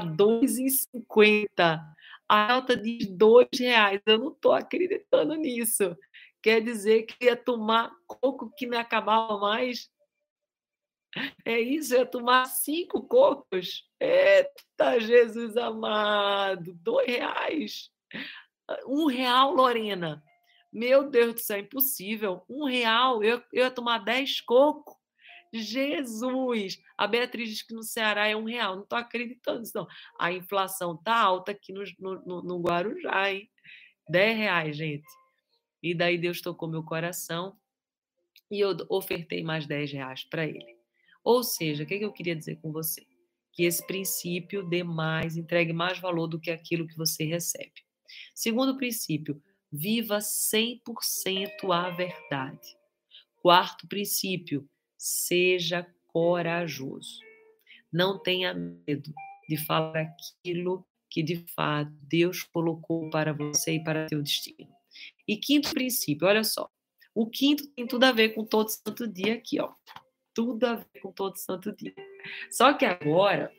R$ 2,50. A alta diz R$ 2. Eu não estou acreditando nisso. Quer dizer que ia tomar coco que não acabava mais? É isso, eu ia tomar 5 cocos? Eita, Jesus amado! R$ 2. R$ 1, Lorena. Meu Deus do céu, impossível. R$ 1, eu ia tomar 10 coco. Jesus! A Beatriz diz que no Ceará é R$ 1. Não estou acreditando nisso, não. A inflação tá alta aqui no Guarujá, hein? R$ 10, gente. E daí Deus tocou meu coração e eu ofertei mais R$ 10 para ele. Ou seja, o que eu queria dizer com você? Que esse princípio dê mais, entregue mais valor do que aquilo que você recebe. Segundo princípio, viva 100% a verdade. Quarto princípio, seja corajoso. Não tenha medo de falar aquilo que de fato Deus colocou para você e para teu destino. E quinto princípio, olha só. O quinto tem tudo a ver com todo santo dia aqui, ó. Tudo a ver com todo santo dia. Só que agora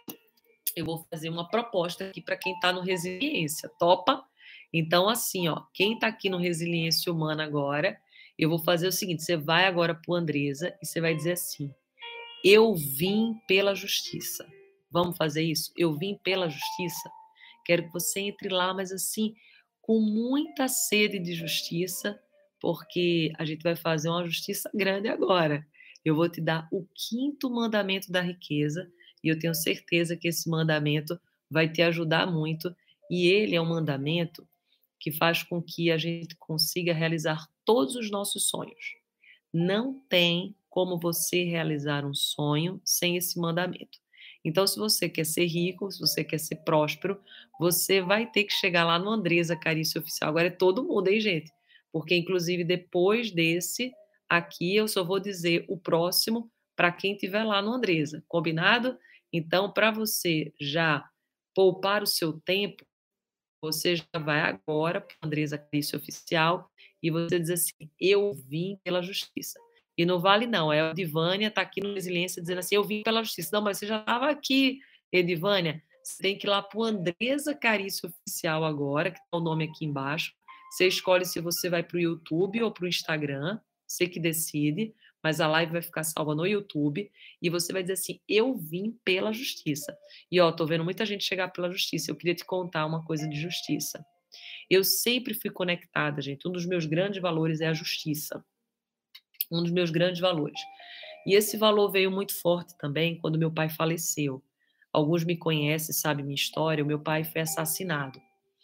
eu vou fazer uma proposta aqui para quem está no Resiliência. Topa? Então, assim, ó, quem está aqui no Resiliência Humana agora, eu vou fazer o seguinte: você vai agora para o Andresa e você vai dizer assim: eu vim pela justiça. Vamos fazer isso? Eu vim pela justiça. Quero que você entre lá, mas assim, com muita sede de justiça, porque a gente vai fazer uma justiça grande agora. Eu vou te dar o quinto mandamento da riqueza, e eu tenho certeza que esse mandamento vai te ajudar muito, e ele é um mandamento que faz com que a gente consiga realizar todos os nossos sonhos. Não tem como você realizar um sonho sem esse mandamento. Então, se você quer ser rico, se você quer ser próspero, você vai ter que chegar lá no Andresa Carício Oficial. Agora é todo mundo, hein, gente? Porque, inclusive, depois desse, aqui eu só vou dizer o próximo para quem estiver lá no Andresa. Combinado? Então, para você já poupar o seu tempo, você já vai agora para a Andresa Carício Oficial e você diz assim: eu vim pela justiça. E não vale não, é a Edivânia está aqui no Resiliência dizendo assim: eu vim pela justiça. Não, mas você já estava aqui, Edivânia. Você tem que ir lá para o Andresa Carício Oficial agora, que está o nome aqui embaixo. Você escolhe se você vai para o YouTube ou para o Instagram, você que decide, mas a live vai ficar salva no YouTube e você vai dizer assim: eu vim pela justiça. E ó, tô vendo muita gente chegar pela justiça. Eu queria te contar uma coisa de justiça. Eu sempre fui conectada, gente. Um dos meus grandes valores é a justiça. Um dos meus grandes valores. E esse valor veio muito forte também quando meu pai faleceu. Alguns me conhecem, sabem minha história. O meu pai foi assassinado.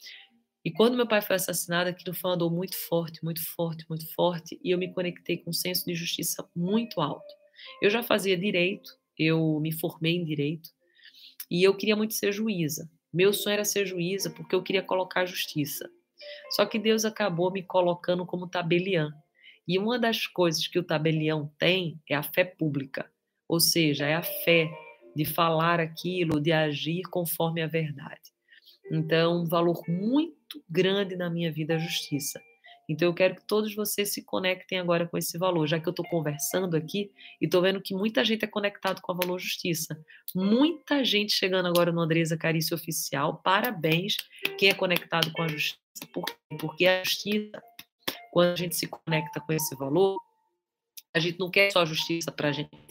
E quando meu pai foi assassinado, aquilo foi uma dor muito forte, muito forte, muito forte, e eu me conectei com um senso de justiça muito alto. Eu já fazia direito, eu me formei em direito, e eu queria muito ser juíza. Meu sonho era ser juíza porque eu queria colocar a justiça. Só que Deus acabou me colocando como tabeliã. E uma das coisas que o tabelião tem é a fé pública, ou seja, é a fé de falar aquilo, de agir conforme a verdade. Então, um valor muito grande na minha vida é a justiça. Então, eu quero que todos vocês se conectem agora com esse valor, já que eu estou conversando aqui e estou vendo que muita gente é conectado com a Valor Justiça. Muita gente chegando agora no Andresa Carício Oficial. Parabéns quem é conectado com a justiça. Por quê? Porque a justiça, quando a gente se conecta com esse valor, a gente não quer só a justiça para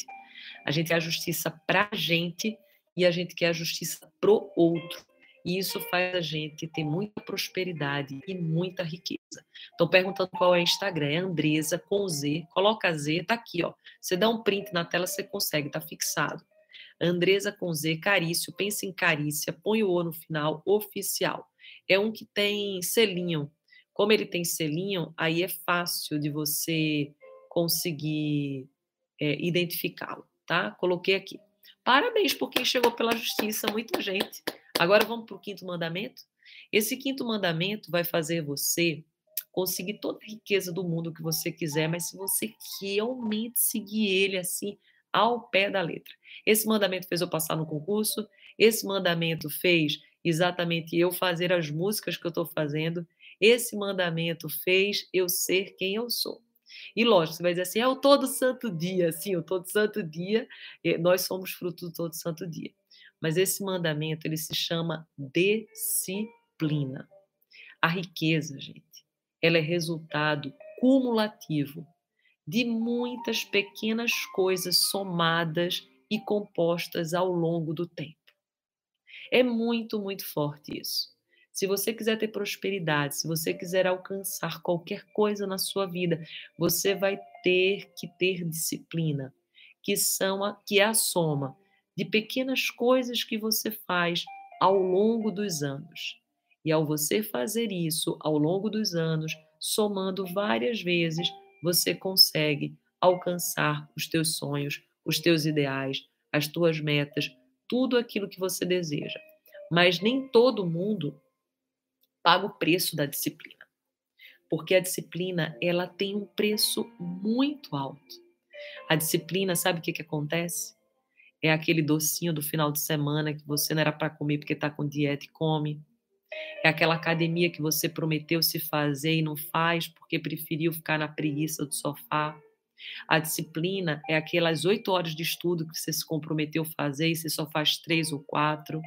a gente quer a justiça para a gente e a gente quer a justiça pro outro. E isso faz a gente ter muita prosperidade e muita riqueza. Estão perguntando qual é o Instagram. É Andresa com Z. Coloca Z, tá aqui, ó. Você dá um print na tela, você consegue, tá fixado. Andresa com Z, Carício, pensa em Carícia, põe o O no final, oficial. É um que tem selinho. Como ele tem selinho, aí é fácil de você conseguir identificá-lo, tá? Coloquei aqui. Parabéns por quem chegou pela justiça, muita gente. Agora vamos para o quinto mandamento. Esse quinto mandamento vai fazer você conseguir toda a riqueza do mundo que você quiser, mas se você realmente seguir ele assim ao pé da letra. Esse mandamento fez eu passar no concurso, esse mandamento fez exatamente eu fazer as músicas que eu estou fazendo, esse mandamento fez eu ser quem eu sou. E lógico, você vai dizer assim, é o todo santo dia. Sim, o todo santo dia, nós somos fruto do todo santo dia. Mas esse mandamento, ele se chama disciplina. A riqueza, gente, ela é resultado cumulativo de muitas pequenas coisas somadas e compostas ao longo do tempo. É muito, muito forte isso. Se você quiser ter prosperidade, se você quiser alcançar qualquer coisa na sua vida, você vai ter que ter disciplina, que é a soma de pequenas coisas que você faz ao longo dos anos. E ao você fazer isso ao longo dos anos, somando várias vezes, você consegue alcançar os teus sonhos, os teus ideais, as tuas metas, tudo aquilo que você deseja. Mas nem todo mundo paga o preço da disciplina, porque a disciplina ela tem um preço muito alto. A disciplina, sabe o que acontece? É aquele docinho do final de semana que você não era para comer porque está com dieta e come. É aquela academia que você prometeu se fazer e não faz porque preferiu ficar na preguiça do sofá. A disciplina é aquelas 8 horas de estudo que você se comprometeu a fazer e você só faz 3 ou 4.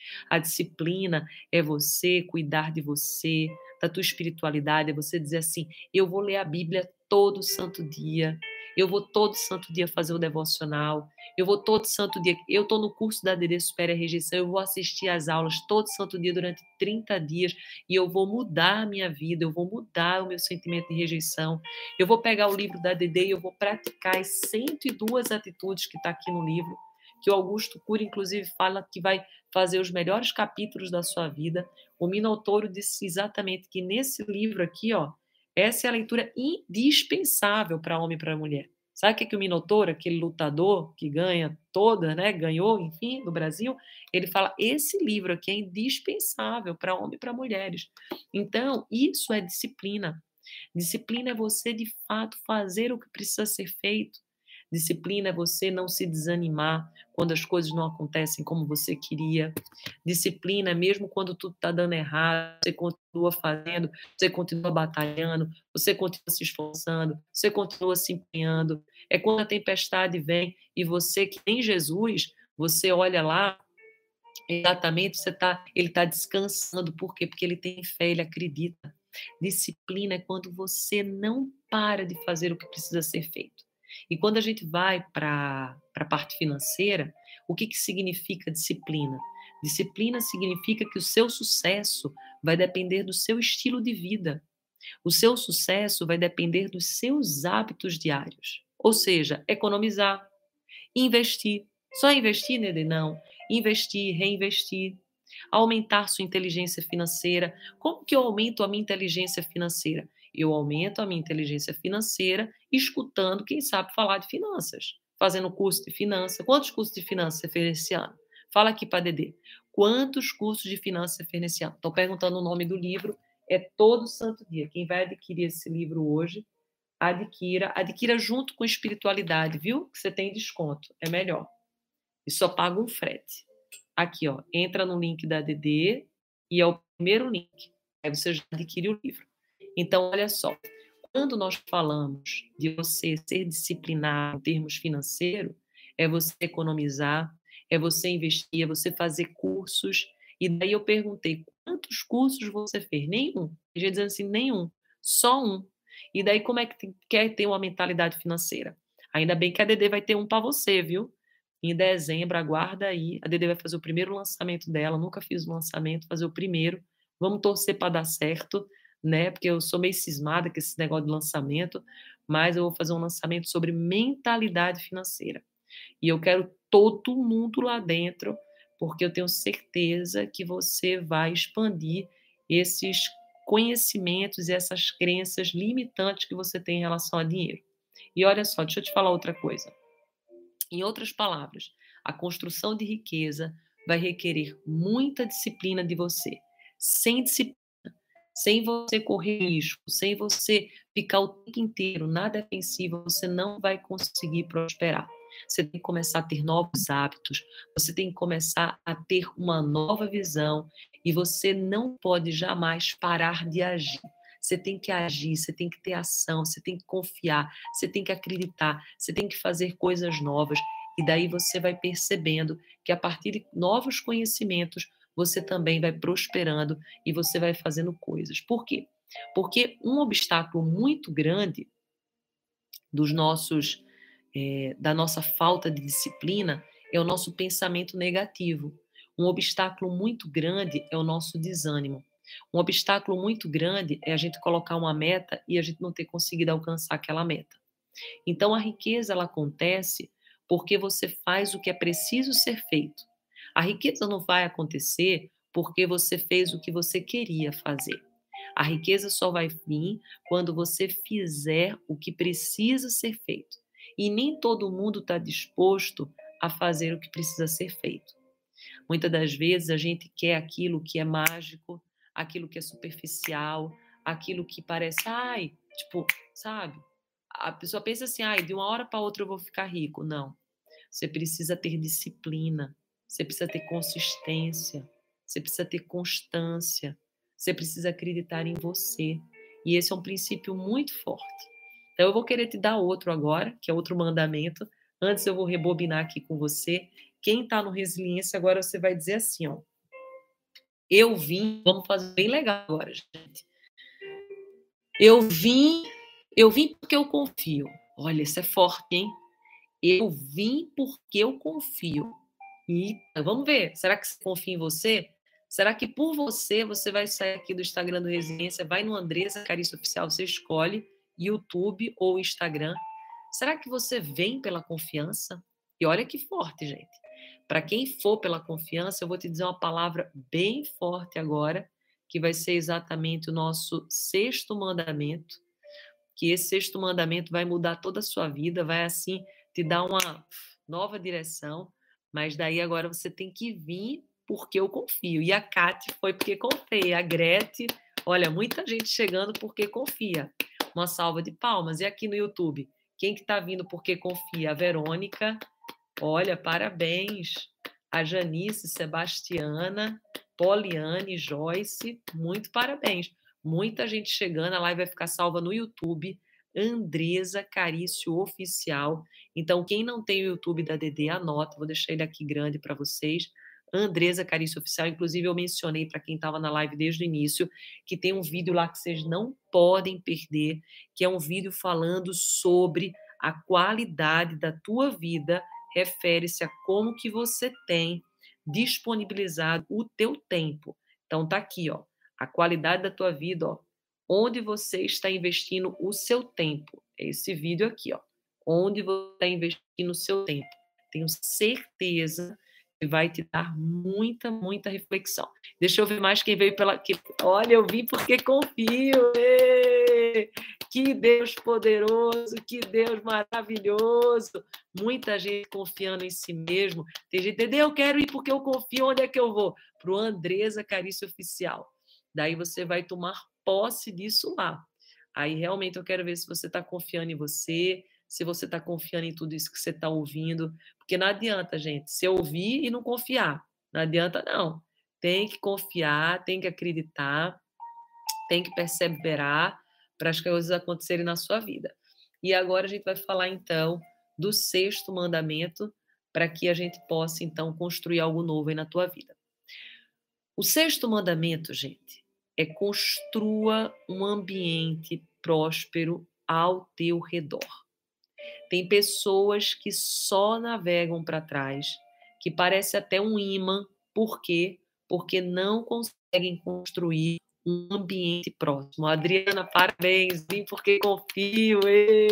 A disciplina é você cuidar de você, da tua espiritualidade, é você dizer assim: eu vou ler a Bíblia todo santo dia, eu vou todo santo dia fazer o devocional, eu vou todo santo dia, eu estou no curso da DD Supera a Rejeição, eu vou assistir às aulas todo santo dia durante 30 dias e eu vou mudar a minha vida, eu vou mudar o meu sentimento de rejeição, eu vou pegar o livro da DD e eu vou praticar as 102 atitudes que está aqui no livro, que o Augusto Cury, inclusive, fala que vai fazer os melhores capítulos da sua vida. O Minotouro disse exatamente que nesse livro aqui, ó, essa é a leitura indispensável para homem e para mulher. Sabe o que, que o Minotouro, aquele lutador que ganha toda, né, ganhou, enfim, no Brasil, ele fala, esse livro aqui é indispensável para homem e para mulheres. Então, isso é disciplina. Disciplina é você, de fato, fazer o que precisa ser feito. Disciplina é você não se desanimar quando as coisas não acontecem como você queria. Disciplina é mesmo quando tudo está dando errado, você continua fazendo, você continua batalhando, você continua se esforçando, você continua se empenhando. É quando a tempestade vem e você, que nem Jesus, você olha lá, exatamente, ele está descansando. Por quê? Porque ele tem fé, ele acredita. Disciplina é quando você não para de fazer o que precisa ser feito. E quando a gente vai para a parte financeira, o que significa disciplina? Disciplina significa que o seu sucesso vai depender do seu estilo de vida. O seu sucesso vai depender dos seus hábitos diários. Ou seja, economizar, investir. Só investir, Nede? Não. investir, reinvestir, aumentar sua inteligência financeira. Como que eu aumento a minha inteligência financeira? Eu aumento a minha inteligência financeira escutando quem sabe falar de finanças, fazendo curso de finanças. Quantos cursos de finanças você fez esse ano? Fala aqui para Dedê. Quantos cursos de finanças você fez nesse ano? Estou perguntando o nome do livro, é todo santo dia. Quem vai adquirir esse livro hoje, adquira junto com espiritualidade, viu? Que você tem desconto, é melhor. E só paga um frete. Aqui, ó, entra no link da DD e é o primeiro link. Aí você já adquire o livro. Então, olha só, quando nós falamos de você ser disciplinado em termos financeiros, é você economizar, é você investir, é você fazer cursos. E daí eu perguntei, quantos cursos você fez? Nenhum. A gente dizendo assim, nenhum. Só um. E daí como é que quer ter uma mentalidade financeira? Ainda bem que a DD vai ter um para você, viu? Em dezembro, aguarda aí. A Dede vai fazer o primeiro lançamento dela. Nunca fiz o lançamento, fazer o primeiro. Vamos torcer para dar certo, né? Porque eu sou meio cismada com esse negócio de lançamento, mas eu vou fazer um lançamento sobre mentalidade financeira. E eu quero todo mundo lá dentro, porque eu tenho certeza que você vai expandir esses conhecimentos e essas crenças limitantes que você tem em relação a dinheiro. E olha só, deixa eu te falar outra coisa. Em outras palavras, a construção de riqueza vai requerer muita disciplina de você. Sem disciplina, sem você correr risco, sem você ficar o tempo inteiro na defensiva, você não vai conseguir prosperar. Você tem que começar a ter novos hábitos, você tem que começar a ter uma nova visão e você não pode jamais parar de agir. Você tem que agir, você tem que ter ação, você tem que confiar, você tem que acreditar, você tem que fazer coisas novas. E daí você vai percebendo que a partir de novos conhecimentos, você também vai prosperando e você vai fazendo coisas. Por quê? Porque um obstáculo muito grande dos nossos, da nossa falta de disciplina é o nosso pensamento negativo. Um obstáculo muito grande é o nosso desânimo. Um obstáculo muito grande é a gente colocar uma meta e a gente não ter conseguido alcançar aquela meta. Então, a riqueza ela acontece porque você faz o que é preciso ser feito. A riqueza não vai acontecer porque você fez o que você queria fazer. A riqueza só vai vir quando você fizer o que precisa ser feito. E nem todo mundo está disposto a fazer o que precisa ser feito. Muitas das vezes a gente quer aquilo que é mágico, aquilo que é superficial, aquilo que parece, ai, tipo, sabe? A pessoa pensa assim, ai, de uma hora para outra eu vou ficar rico. Não. Você precisa ter disciplina, você precisa ter consistência, você precisa ter constância, você precisa acreditar em você. E esse é um princípio muito forte. Então eu vou querer te dar outro agora, que é outro mandamento. Antes eu vou rebobinar aqui com você. Quem está no Resiliência agora você vai dizer assim, ó. Eu vim, vamos fazer bem legal agora, gente. Eu vim porque eu confio. Olha, isso é forte, hein? Eu vim porque eu confio. E vamos ver, será que você confia em você? Será que por você, você vai sair aqui do Instagram do Resiliência, vai no Andressa Carício Oficial, você escolhe YouTube ou Instagram. Será que você vem pela confiança? E olha que forte, gente. Para quem for pela confiança, eu vou te dizer uma palavra bem forte agora, que vai ser exatamente o nosso sexto mandamento, que esse sexto mandamento vai mudar toda a sua vida, vai assim te dar uma nova direção, mas daí agora você tem que vir porque eu confio. E a Kate foi porque confia, a Grete, olha, muita gente chegando porque confia. Uma salva de palmas. E aqui no YouTube, quem que está vindo porque confia? A Verônica, olha, parabéns. A Janice, Sebastiana, Poliane, Joyce, muito parabéns. Muita gente chegando, a live vai ficar salva no YouTube. Andresa Carício Oficial. Então, quem não tem o YouTube da DD, anota, vou deixar ele aqui grande para vocês. Andresa Carício Oficial. Inclusive, eu mencionei para quem estava na live desde o início que tem um vídeo lá que vocês não podem perder, que é um vídeo falando sobre a qualidade da tua vida, refere-se a como que você tem disponibilizado o teu tempo. Então, tá aqui, ó, a qualidade da tua vida, ó, onde você está investindo o seu tempo. É esse vídeo aqui, ó, onde você está investindo o seu tempo. Tenho certeza e vai te dar muita, muita reflexão. Deixa eu ver mais quem veio pela... Olha, eu vim porque confio. Ê! Que Deus poderoso, que Deus maravilhoso. Muita gente confiando em si mesmo. Tem gente, entendeu? Eu quero ir porque eu confio. Onde é que eu vou? Para o Andresa Carício Oficial. Daí você vai tomar posse disso lá. Aí realmente eu quero ver se você está confiando em você, se você está confiando em tudo isso que você está ouvindo. Porque não adianta, gente, se ouvir e não confiar. Não adianta, não. Tem que confiar, tem que acreditar, tem que perseverar para as coisas acontecerem na sua vida. E agora a gente vai falar, então, do sexto mandamento, para que a gente possa, então, construir algo novo aí na tua vida. O sexto mandamento, gente, é construa um ambiente próspero ao teu redor. Tem pessoas que só navegam para trás, que parece até um imã. Por quê? Porque não conseguem construir um ambiente próximo. Adriana, parabéns, vim porque confio,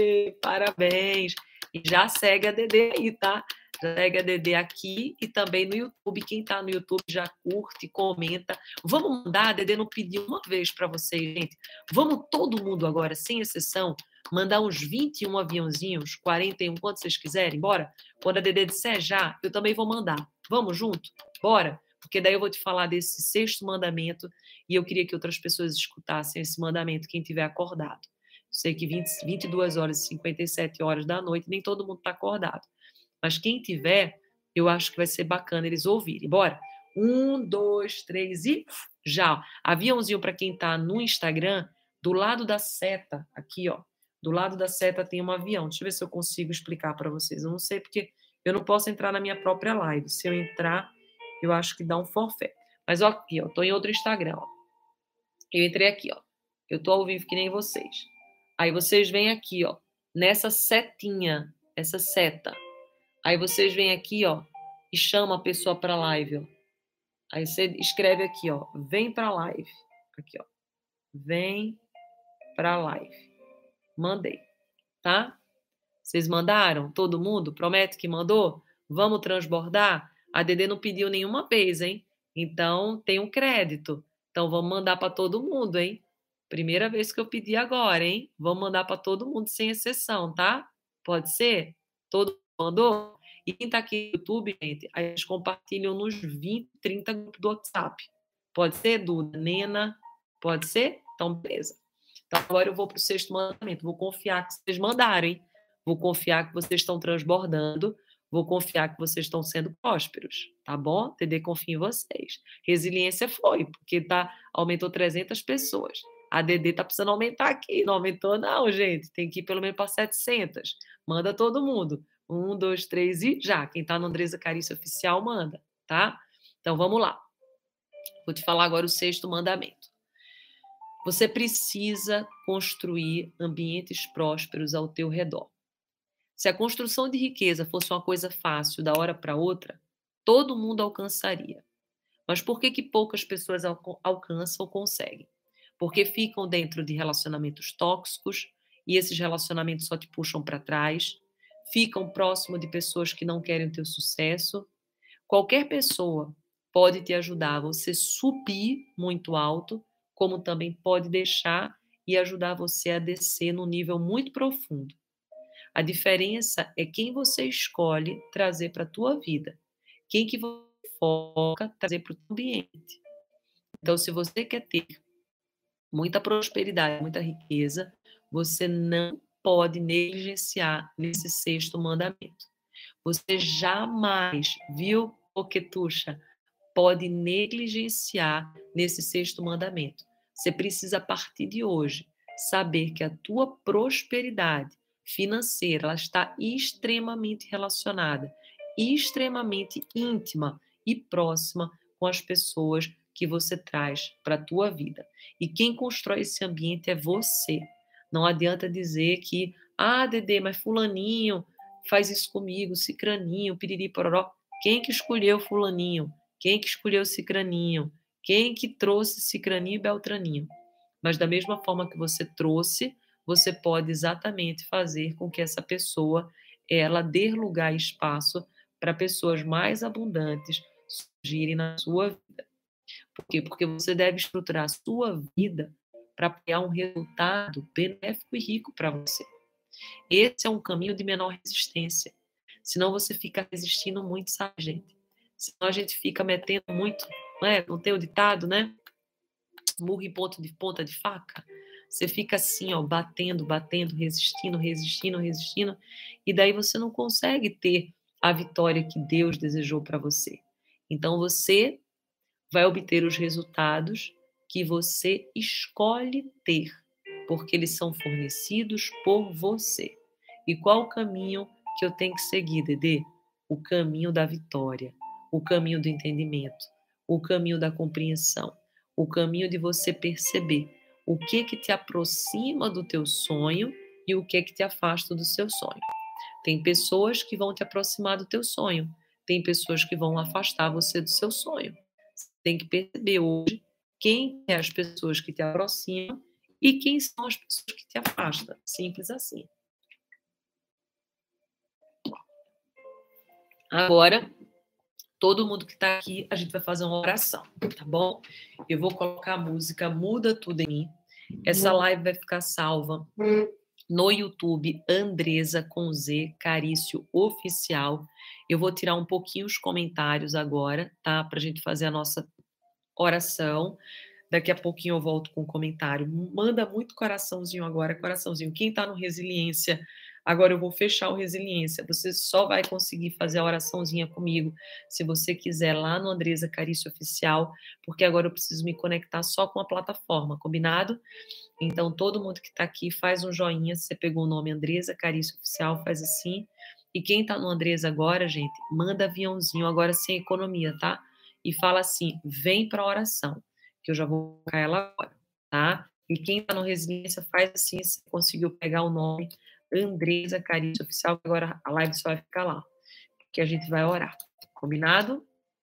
parabéns. E já segue a Dedê aí, tá? Já segue a Dedê aqui e também no YouTube. Quem tá no YouTube já curte, comenta. Vamos mandar, a Dedê não pediu uma vez para vocês, gente. Vamos todo mundo agora, sem exceção, mandar uns 21 aviãozinhos, 41, quantos vocês quiserem, bora? Quando a Dedê disser já, eu também vou mandar. Vamos junto? Bora? Porque daí eu vou te falar desse sexto mandamento e eu queria que outras pessoas escutassem esse mandamento, quem tiver acordado. Sei que 22 horas e 57 horas da noite, nem todo mundo está acordado. Mas quem tiver, eu acho que vai ser bacana eles ouvirem. Bora? 1, 2, 3 e já. Aviãozinho para quem está no Instagram, do lado da seta, aqui, ó. Do lado da seta tem um avião. Deixa eu ver se eu consigo explicar para vocês. Eu não sei porque eu não posso entrar na minha própria live. Se eu entrar, eu acho que dá um forfait. Mas ó, aqui, ó, tô em outro Instagram, ó. Eu entrei aqui, ó. Eu tô ao vivo que nem vocês. Aí vocês vêm aqui, ó, nessa setinha, essa seta. Aí vocês vêm aqui, ó, e chama a pessoa para live, ó. Aí você escreve aqui, ó, vem para live. Aqui, ó. Vem para live. Mandei, tá? Vocês mandaram? Todo mundo? Promete que mandou? Vamos transbordar? A Dedê não pediu nenhuma vez, hein? Então tem um crédito. Então vamos mandar para todo mundo, hein? Primeira vez que eu pedi agora, hein? Vamos mandar para todo mundo sem exceção, tá? Pode ser? Todo mundo mandou? E quem tá aqui no YouTube, gente, a gente compartilham nos 20, 30 grupos do WhatsApp. Pode ser, Duda? Nena? Pode ser? Então, beleza. Então, agora eu vou para o sexto mandamento. Vou confiar que vocês mandaram, hein? Vou confiar que vocês estão transbordando. Vou confiar que vocês estão sendo prósperos, tá bom? TD confia em vocês. Resiliência foi, porque aumentou 300 pessoas. A DD tá precisando aumentar aqui. Não aumentou, não, gente. Tem que ir pelo menos para 700. Manda todo mundo. 1, 2, 3 e já. Quem tá no Andresa Carício Oficial, manda, tá? Então, vamos lá. Vou te falar agora o sexto mandamento. Você precisa construir ambientes prósperos ao teu redor. Se a construção de riqueza fosse uma coisa fácil da hora para outra, todo mundo alcançaria. Mas por que poucas pessoas alcançam ou conseguem? Porque ficam dentro de relacionamentos tóxicos e esses relacionamentos só te puxam para trás, ficam próximo de pessoas que não querem o teu sucesso. Qualquer pessoa pode te ajudar a você subir muito alto, como também pode deixar e ajudar você a descer num nível muito profundo. A diferença é quem você escolhe trazer para a tua vida, quem que você foca trazer para o teu ambiente. Então, se você quer ter muita prosperidade, muita riqueza, você não pode negligenciar nesse sexto mandamento. Você jamais, viu, Coquetuxa, pode negligenciar nesse sexto mandamento. Você precisa, a partir de hoje, saber que a tua prosperidade financeira ela está extremamente relacionada, extremamente íntima e próxima com as pessoas que você traz para a tua vida. E quem constrói esse ambiente é você. Não adianta dizer que, Dedê, mas fulaninho faz isso comigo, cicraninho, piriri, pororó. Quem que escolheu fulaninho? Quem que escolheu cicraninho? Quem que trouxe cicraninho e beltraninho? Mas da mesma forma que você trouxe, você pode exatamente fazer com que essa pessoa ela dê lugar e espaço para pessoas mais abundantes surgirem na sua vida. Por quê? Porque você deve estruturar a sua vida para criar um resultado benéfico e rico para você. Esse é um caminho de menor resistência. Senão você fica resistindo muito, sabe, gente? Senão a gente fica metendo muito, não é? Não tem o ditado, né? Murro em ponta de faca. Você fica assim, ó, batendo, batendo, resistindo, resistindo, resistindo, e daí você não consegue ter a vitória que Deus desejou para você. Então você vai obter os resultados que você escolhe ter, porque eles são fornecidos por você. E qual o caminho que eu tenho que seguir, Dedê? O caminho da vitória, o caminho do entendimento, o caminho da compreensão, o caminho de você perceber o que te aproxima do teu sonho e o que te afasta do seu sonho. Tem pessoas que vão te aproximar do teu sonho, tem pessoas que vão afastar você do seu sonho. Você tem que perceber hoje quem é as pessoas que te aproximam e quem são as pessoas que te afastam. Simples assim. Agora, todo mundo que está aqui, a gente vai fazer uma oração, tá bom? Eu vou colocar a música Muda Tudo em Mim. Essa live vai ficar salva no YouTube, Andresa com Z, Carício Oficial. Eu vou tirar um pouquinho os comentários agora, tá? Pra gente fazer a nossa oração. Daqui a pouquinho eu volto com um comentário. Manda muito coraçãozinho agora, coraçãozinho. Quem tá no Resiliência, agora eu vou fechar o Resiliência. Você só vai conseguir fazer a oraçãozinha comigo se você quiser lá no Andresa Carício Oficial, porque agora eu preciso me conectar só com a plataforma, combinado? Então, todo mundo que está aqui faz um joinha. Se você pegou o nome Andresa Carício Oficial, faz assim. E quem está no Andresa agora, gente, manda aviãozinho agora sem economia, tá? E fala assim, vem para a oração, que eu já vou colocar ela agora, tá? E quem está no Resiliência, faz assim, se conseguiu pegar o nome Andresa Carício Oficial, que agora a live só vai ficar lá, que a gente vai orar. Combinado?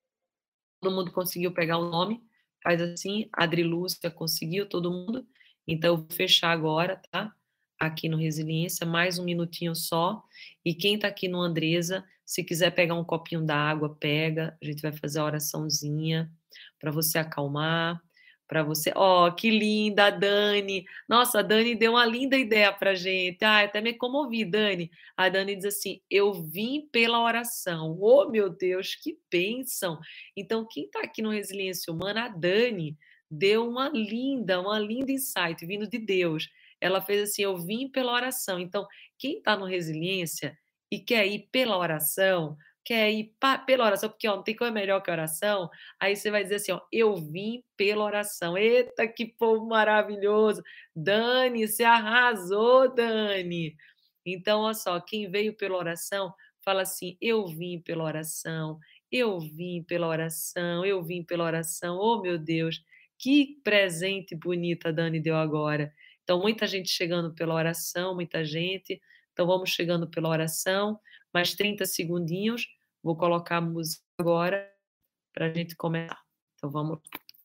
Todo mundo conseguiu pegar o nome? Faz assim, Adri Lúcia conseguiu, todo mundo? Então, eu vou fechar agora, tá? Aqui no Resiliência, mais um minutinho só. E quem tá aqui no Andresa, se quiser pegar um copinho d'água, pega. A gente vai fazer a oraçãozinha para você acalmar, para você. Ó, que linda, a Dani. Nossa, a Dani deu uma linda ideia pra gente. Ah, até me comovi, Dani. A Dani diz assim: eu vim pela oração. Oh, meu Deus, que bênção! Então, quem está aqui no Resiliência Humana, a Dani, deu uma linda insight vindo de Deus. Ela fez assim: eu vim pela oração. Então, quem está no Resiliência e quer ir pela oração, quer ir pela oração, porque ó, não tem coisa melhor que a oração, aí você vai dizer assim: ó, eu vim pela oração. Eita, que povo maravilhoso! Dani, você arrasou, Dani! Então, olha só, quem veio pela oração, fala assim: eu vim pela oração. Eu vim pela oração, eu vim pela oração. Oh, meu Deus, que presente bonito a Dani deu agora. Então, muita gente chegando pela oração, muita gente. Então, vamos chegando pela oração. Mais 30 segundinhos. Vou colocar a música agora para a gente começar. Então, vamos.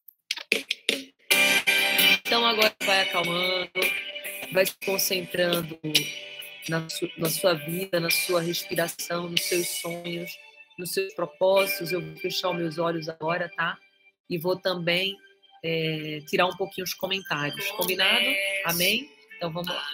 Então, agora vai acalmando, vai se concentrando na sua vida, na sua respiração, nos seus sonhos, nos seus propósitos. Eu vou fechar os meus olhos agora, tá? E vou também tirar um pouquinho os comentários. Combinado? Amém? Então vamos lá.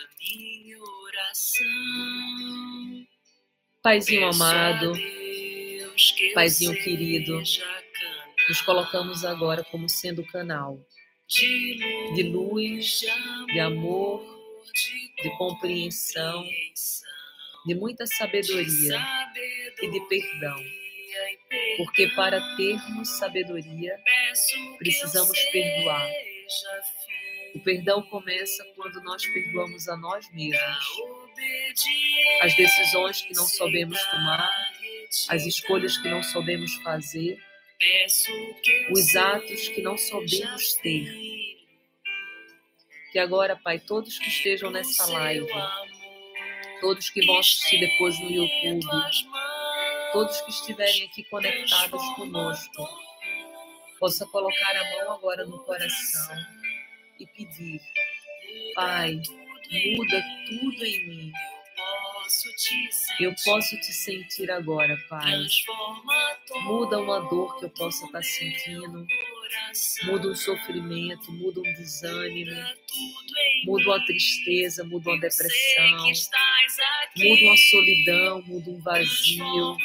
Paizinho amado, Paizinho querido, nos colocamos agora como sendo canal de luz, de amor, de compreensão, de muita sabedoria e de perdão. Porque para termos sabedoria, precisamos perdoar. O perdão começa quando nós perdoamos a nós mesmos. As decisões que não soubemos tomar, as escolhas que não soubemos fazer, os atos que não soubemos ter. Que agora, Pai, todos que estejam nessa live, todos que vão assistir depois no YouTube, todos que estiverem aqui conectados conosco, possa colocar a mão agora no coração e pedir: Pai, muda tudo em mim. Eu posso te sentir agora, Pai. Muda uma dor que eu possa estar sentindo. Muda um sofrimento, muda um desânimo. Muda uma tristeza, muda uma depressão. Muda uma solidão, muda um vazio.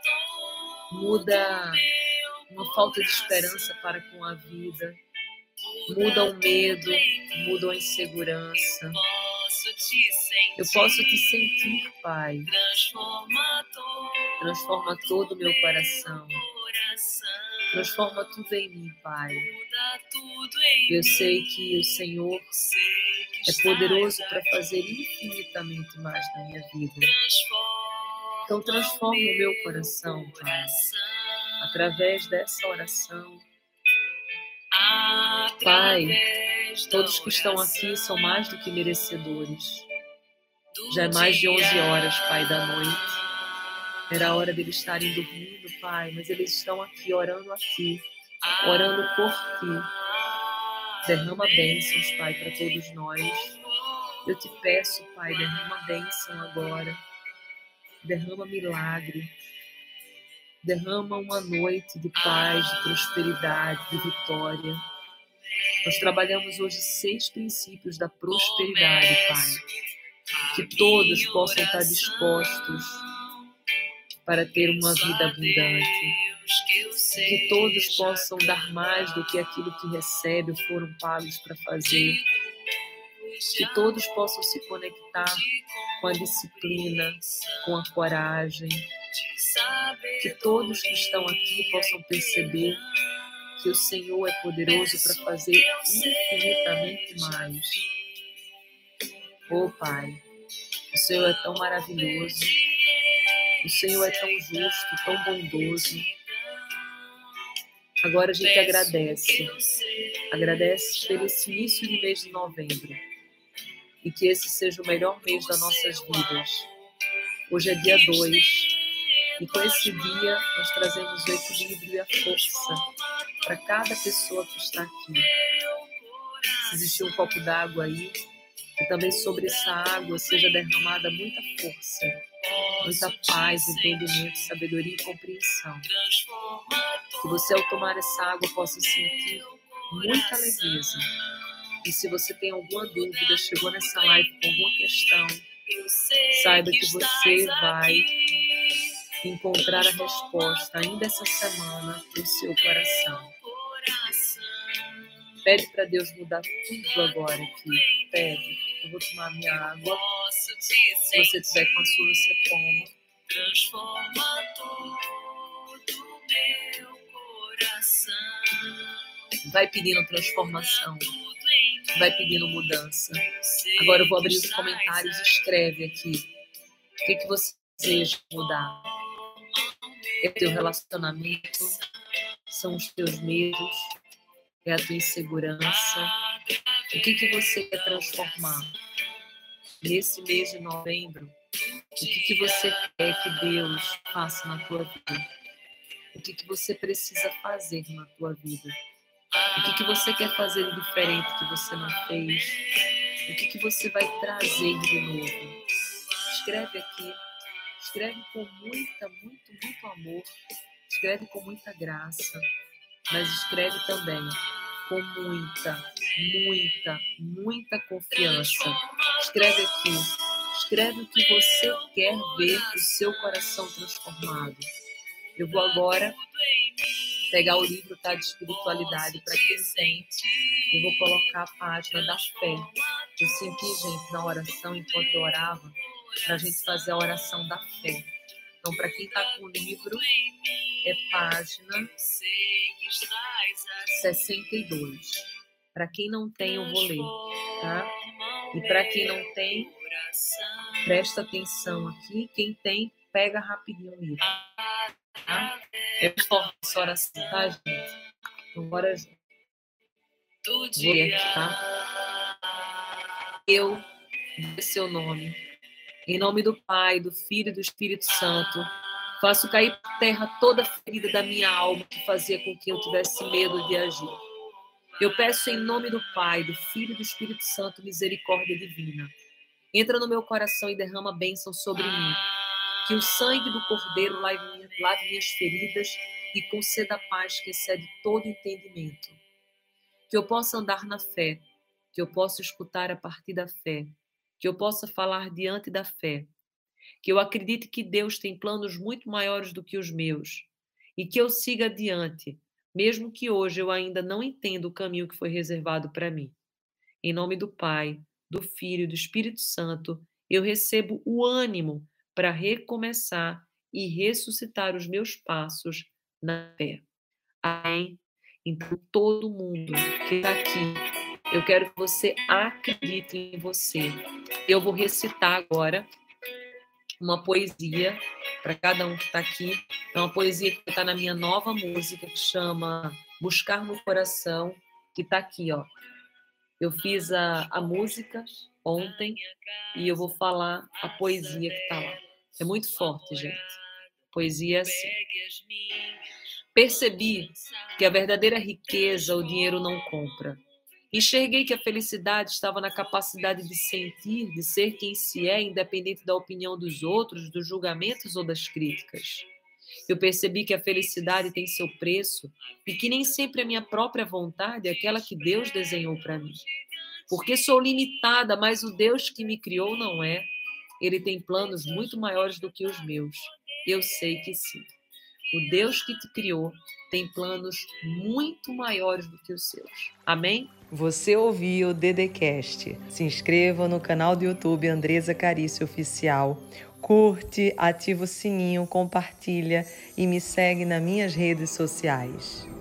Muda uma falta de esperança para com a vida. Muda o medo, muda a insegurança. Eu posso te sentir, Pai. Transforma todo o meu coração. Transforma tudo em mim, Pai. Eu sei que o Senhor é poderoso para fazer infinitamente mais na minha vida. Então transforma o meu coração, Pai, através dessa oração. Pai, todos que estão aqui são mais do que merecedores. Já é mais de 11 horas, Pai, da noite. Era a hora deles estarem dormindo, Pai, mas eles estão aqui, orando por Ti. Derrama bênçãos, Pai, para todos nós. Eu te peço, Pai, derrama bênção agora. Derrama milagre. Derrama uma noite de paz, de prosperidade, de vitória. Nós trabalhamos hoje 6 princípios da prosperidade, Pai. Que todos possam estar dispostos para ter uma vida abundante. Que todos possam dar mais do que aquilo que recebem ou foram pagos para fazer. Que todos possam se conectar com a disciplina, com a coragem. Que todos que estão aqui possam perceber que o Senhor é poderoso para fazer infinitamente mais. Oh, Pai, o Senhor é tão maravilhoso. O Senhor é tão justo, tão bondoso. Agora a gente agradece. Agradece pelo esse início de mês de novembro. E que esse seja o melhor mês das nossas vidas. Hoje é dia 2. E com esse dia nós trazemos o equilíbrio e a força para cada pessoa que está aqui. Se existir um copo d'água aí, que também sobre essa água seja derramada muita força, muita paz, entendimento, sabedoria e compreensão. Que você, ao tomar essa água, possa sentir muita leveza. E se você tem alguma dúvida, chegou nessa live com alguma questão, saiba que você vai encontrar a resposta ainda essa semana no seu coração. Pede para Deus mudar tudo agora aqui. Pede. Eu vou tomar minha água. Se você tiver com a sua, você toma. Transforma todo meu coração. Vai pedindo transformação. Vai pedindo mudança. Agora eu vou abrir os comentários e escreve aqui. O que você deseja mudar? É o teu relacionamento? São os teus medos? É a tua insegurança? O que você quer transformar? Nesse mês de novembro, o que você quer que Deus faça na tua vida? O que você precisa fazer na tua vida? O que você quer fazer de diferente que você não fez? O que você vai trazer de novo? Escreve aqui. Escreve com muito amor. Escreve com muita graça. Mas escreve também com muita confiança. Escreve aqui. Escreve o que você quer ver o seu coração transformado. Eu vou agora pegar o livro, tá, de espiritualidade para quem tem. Eu vou colocar a página da fé. Eu senti, gente, na oração, enquanto eu orava, para a gente fazer a oração da fé. Então, para quem está com o livro, é página 62. Para quem não tem, eu vou ler, tá? E para quem não tem, presta atenção aqui. Quem tem, pega rapidinho o livro, tá? É forte essa oração, tá, gente? Então, bora junto. Vou ler aqui, tá? Eu, em seu nome, em nome do Pai, do Filho e do Espírito Santo, faço cair por terra toda a ferida da minha alma que fazia com que eu tivesse medo de agir. Eu peço em nome do Pai, do Filho e do Espírito Santo misericórdia divina. Entra no meu coração e derrama bênção sobre mim. Que o sangue do Cordeiro lave minhas feridas e conceda a paz que excede todo entendimento. Que eu possa andar na fé, que eu possa escutar a partir da fé, que eu possa falar diante da fé, que eu acredite que Deus tem planos muito maiores do que os meus e que eu siga adiante, mesmo que hoje eu ainda não entenda o caminho que foi reservado para mim. Em nome do Pai, do Filho e do Espírito Santo, eu recebo o ânimo para recomeçar e ressuscitar os meus passos na fé. Amém? Então, todo mundo que está aqui, eu quero que você acredite em você. Eu vou recitar agora uma poesia para cada um que está aqui. É uma poesia que está na minha nova música, que chama Buscar no Coração, que está aqui, ó. Eu fiz a música ontem e eu vou falar a poesia que está lá. É muito forte, gente. Poesia é assim. Percebi que a verdadeira riqueza o dinheiro não compra. Enxerguei que a felicidade estava na capacidade de sentir, de ser quem se é, independente da opinião dos outros, dos julgamentos ou das críticas. Eu percebi que a felicidade tem seu preço e que nem sempre a minha própria vontade é aquela que Deus desenhou para mim. Porque sou limitada, mas o Deus que me criou não é. Ele tem planos muito maiores do que os meus. Eu sei que sim. O Deus que te criou tem planos muito maiores do que os seus. Amém? Você ouviu o Dedecast. Se inscreva no canal do YouTube Andresa Carício Oficial. Curte, ativa o sininho, compartilha e me segue nas minhas redes sociais.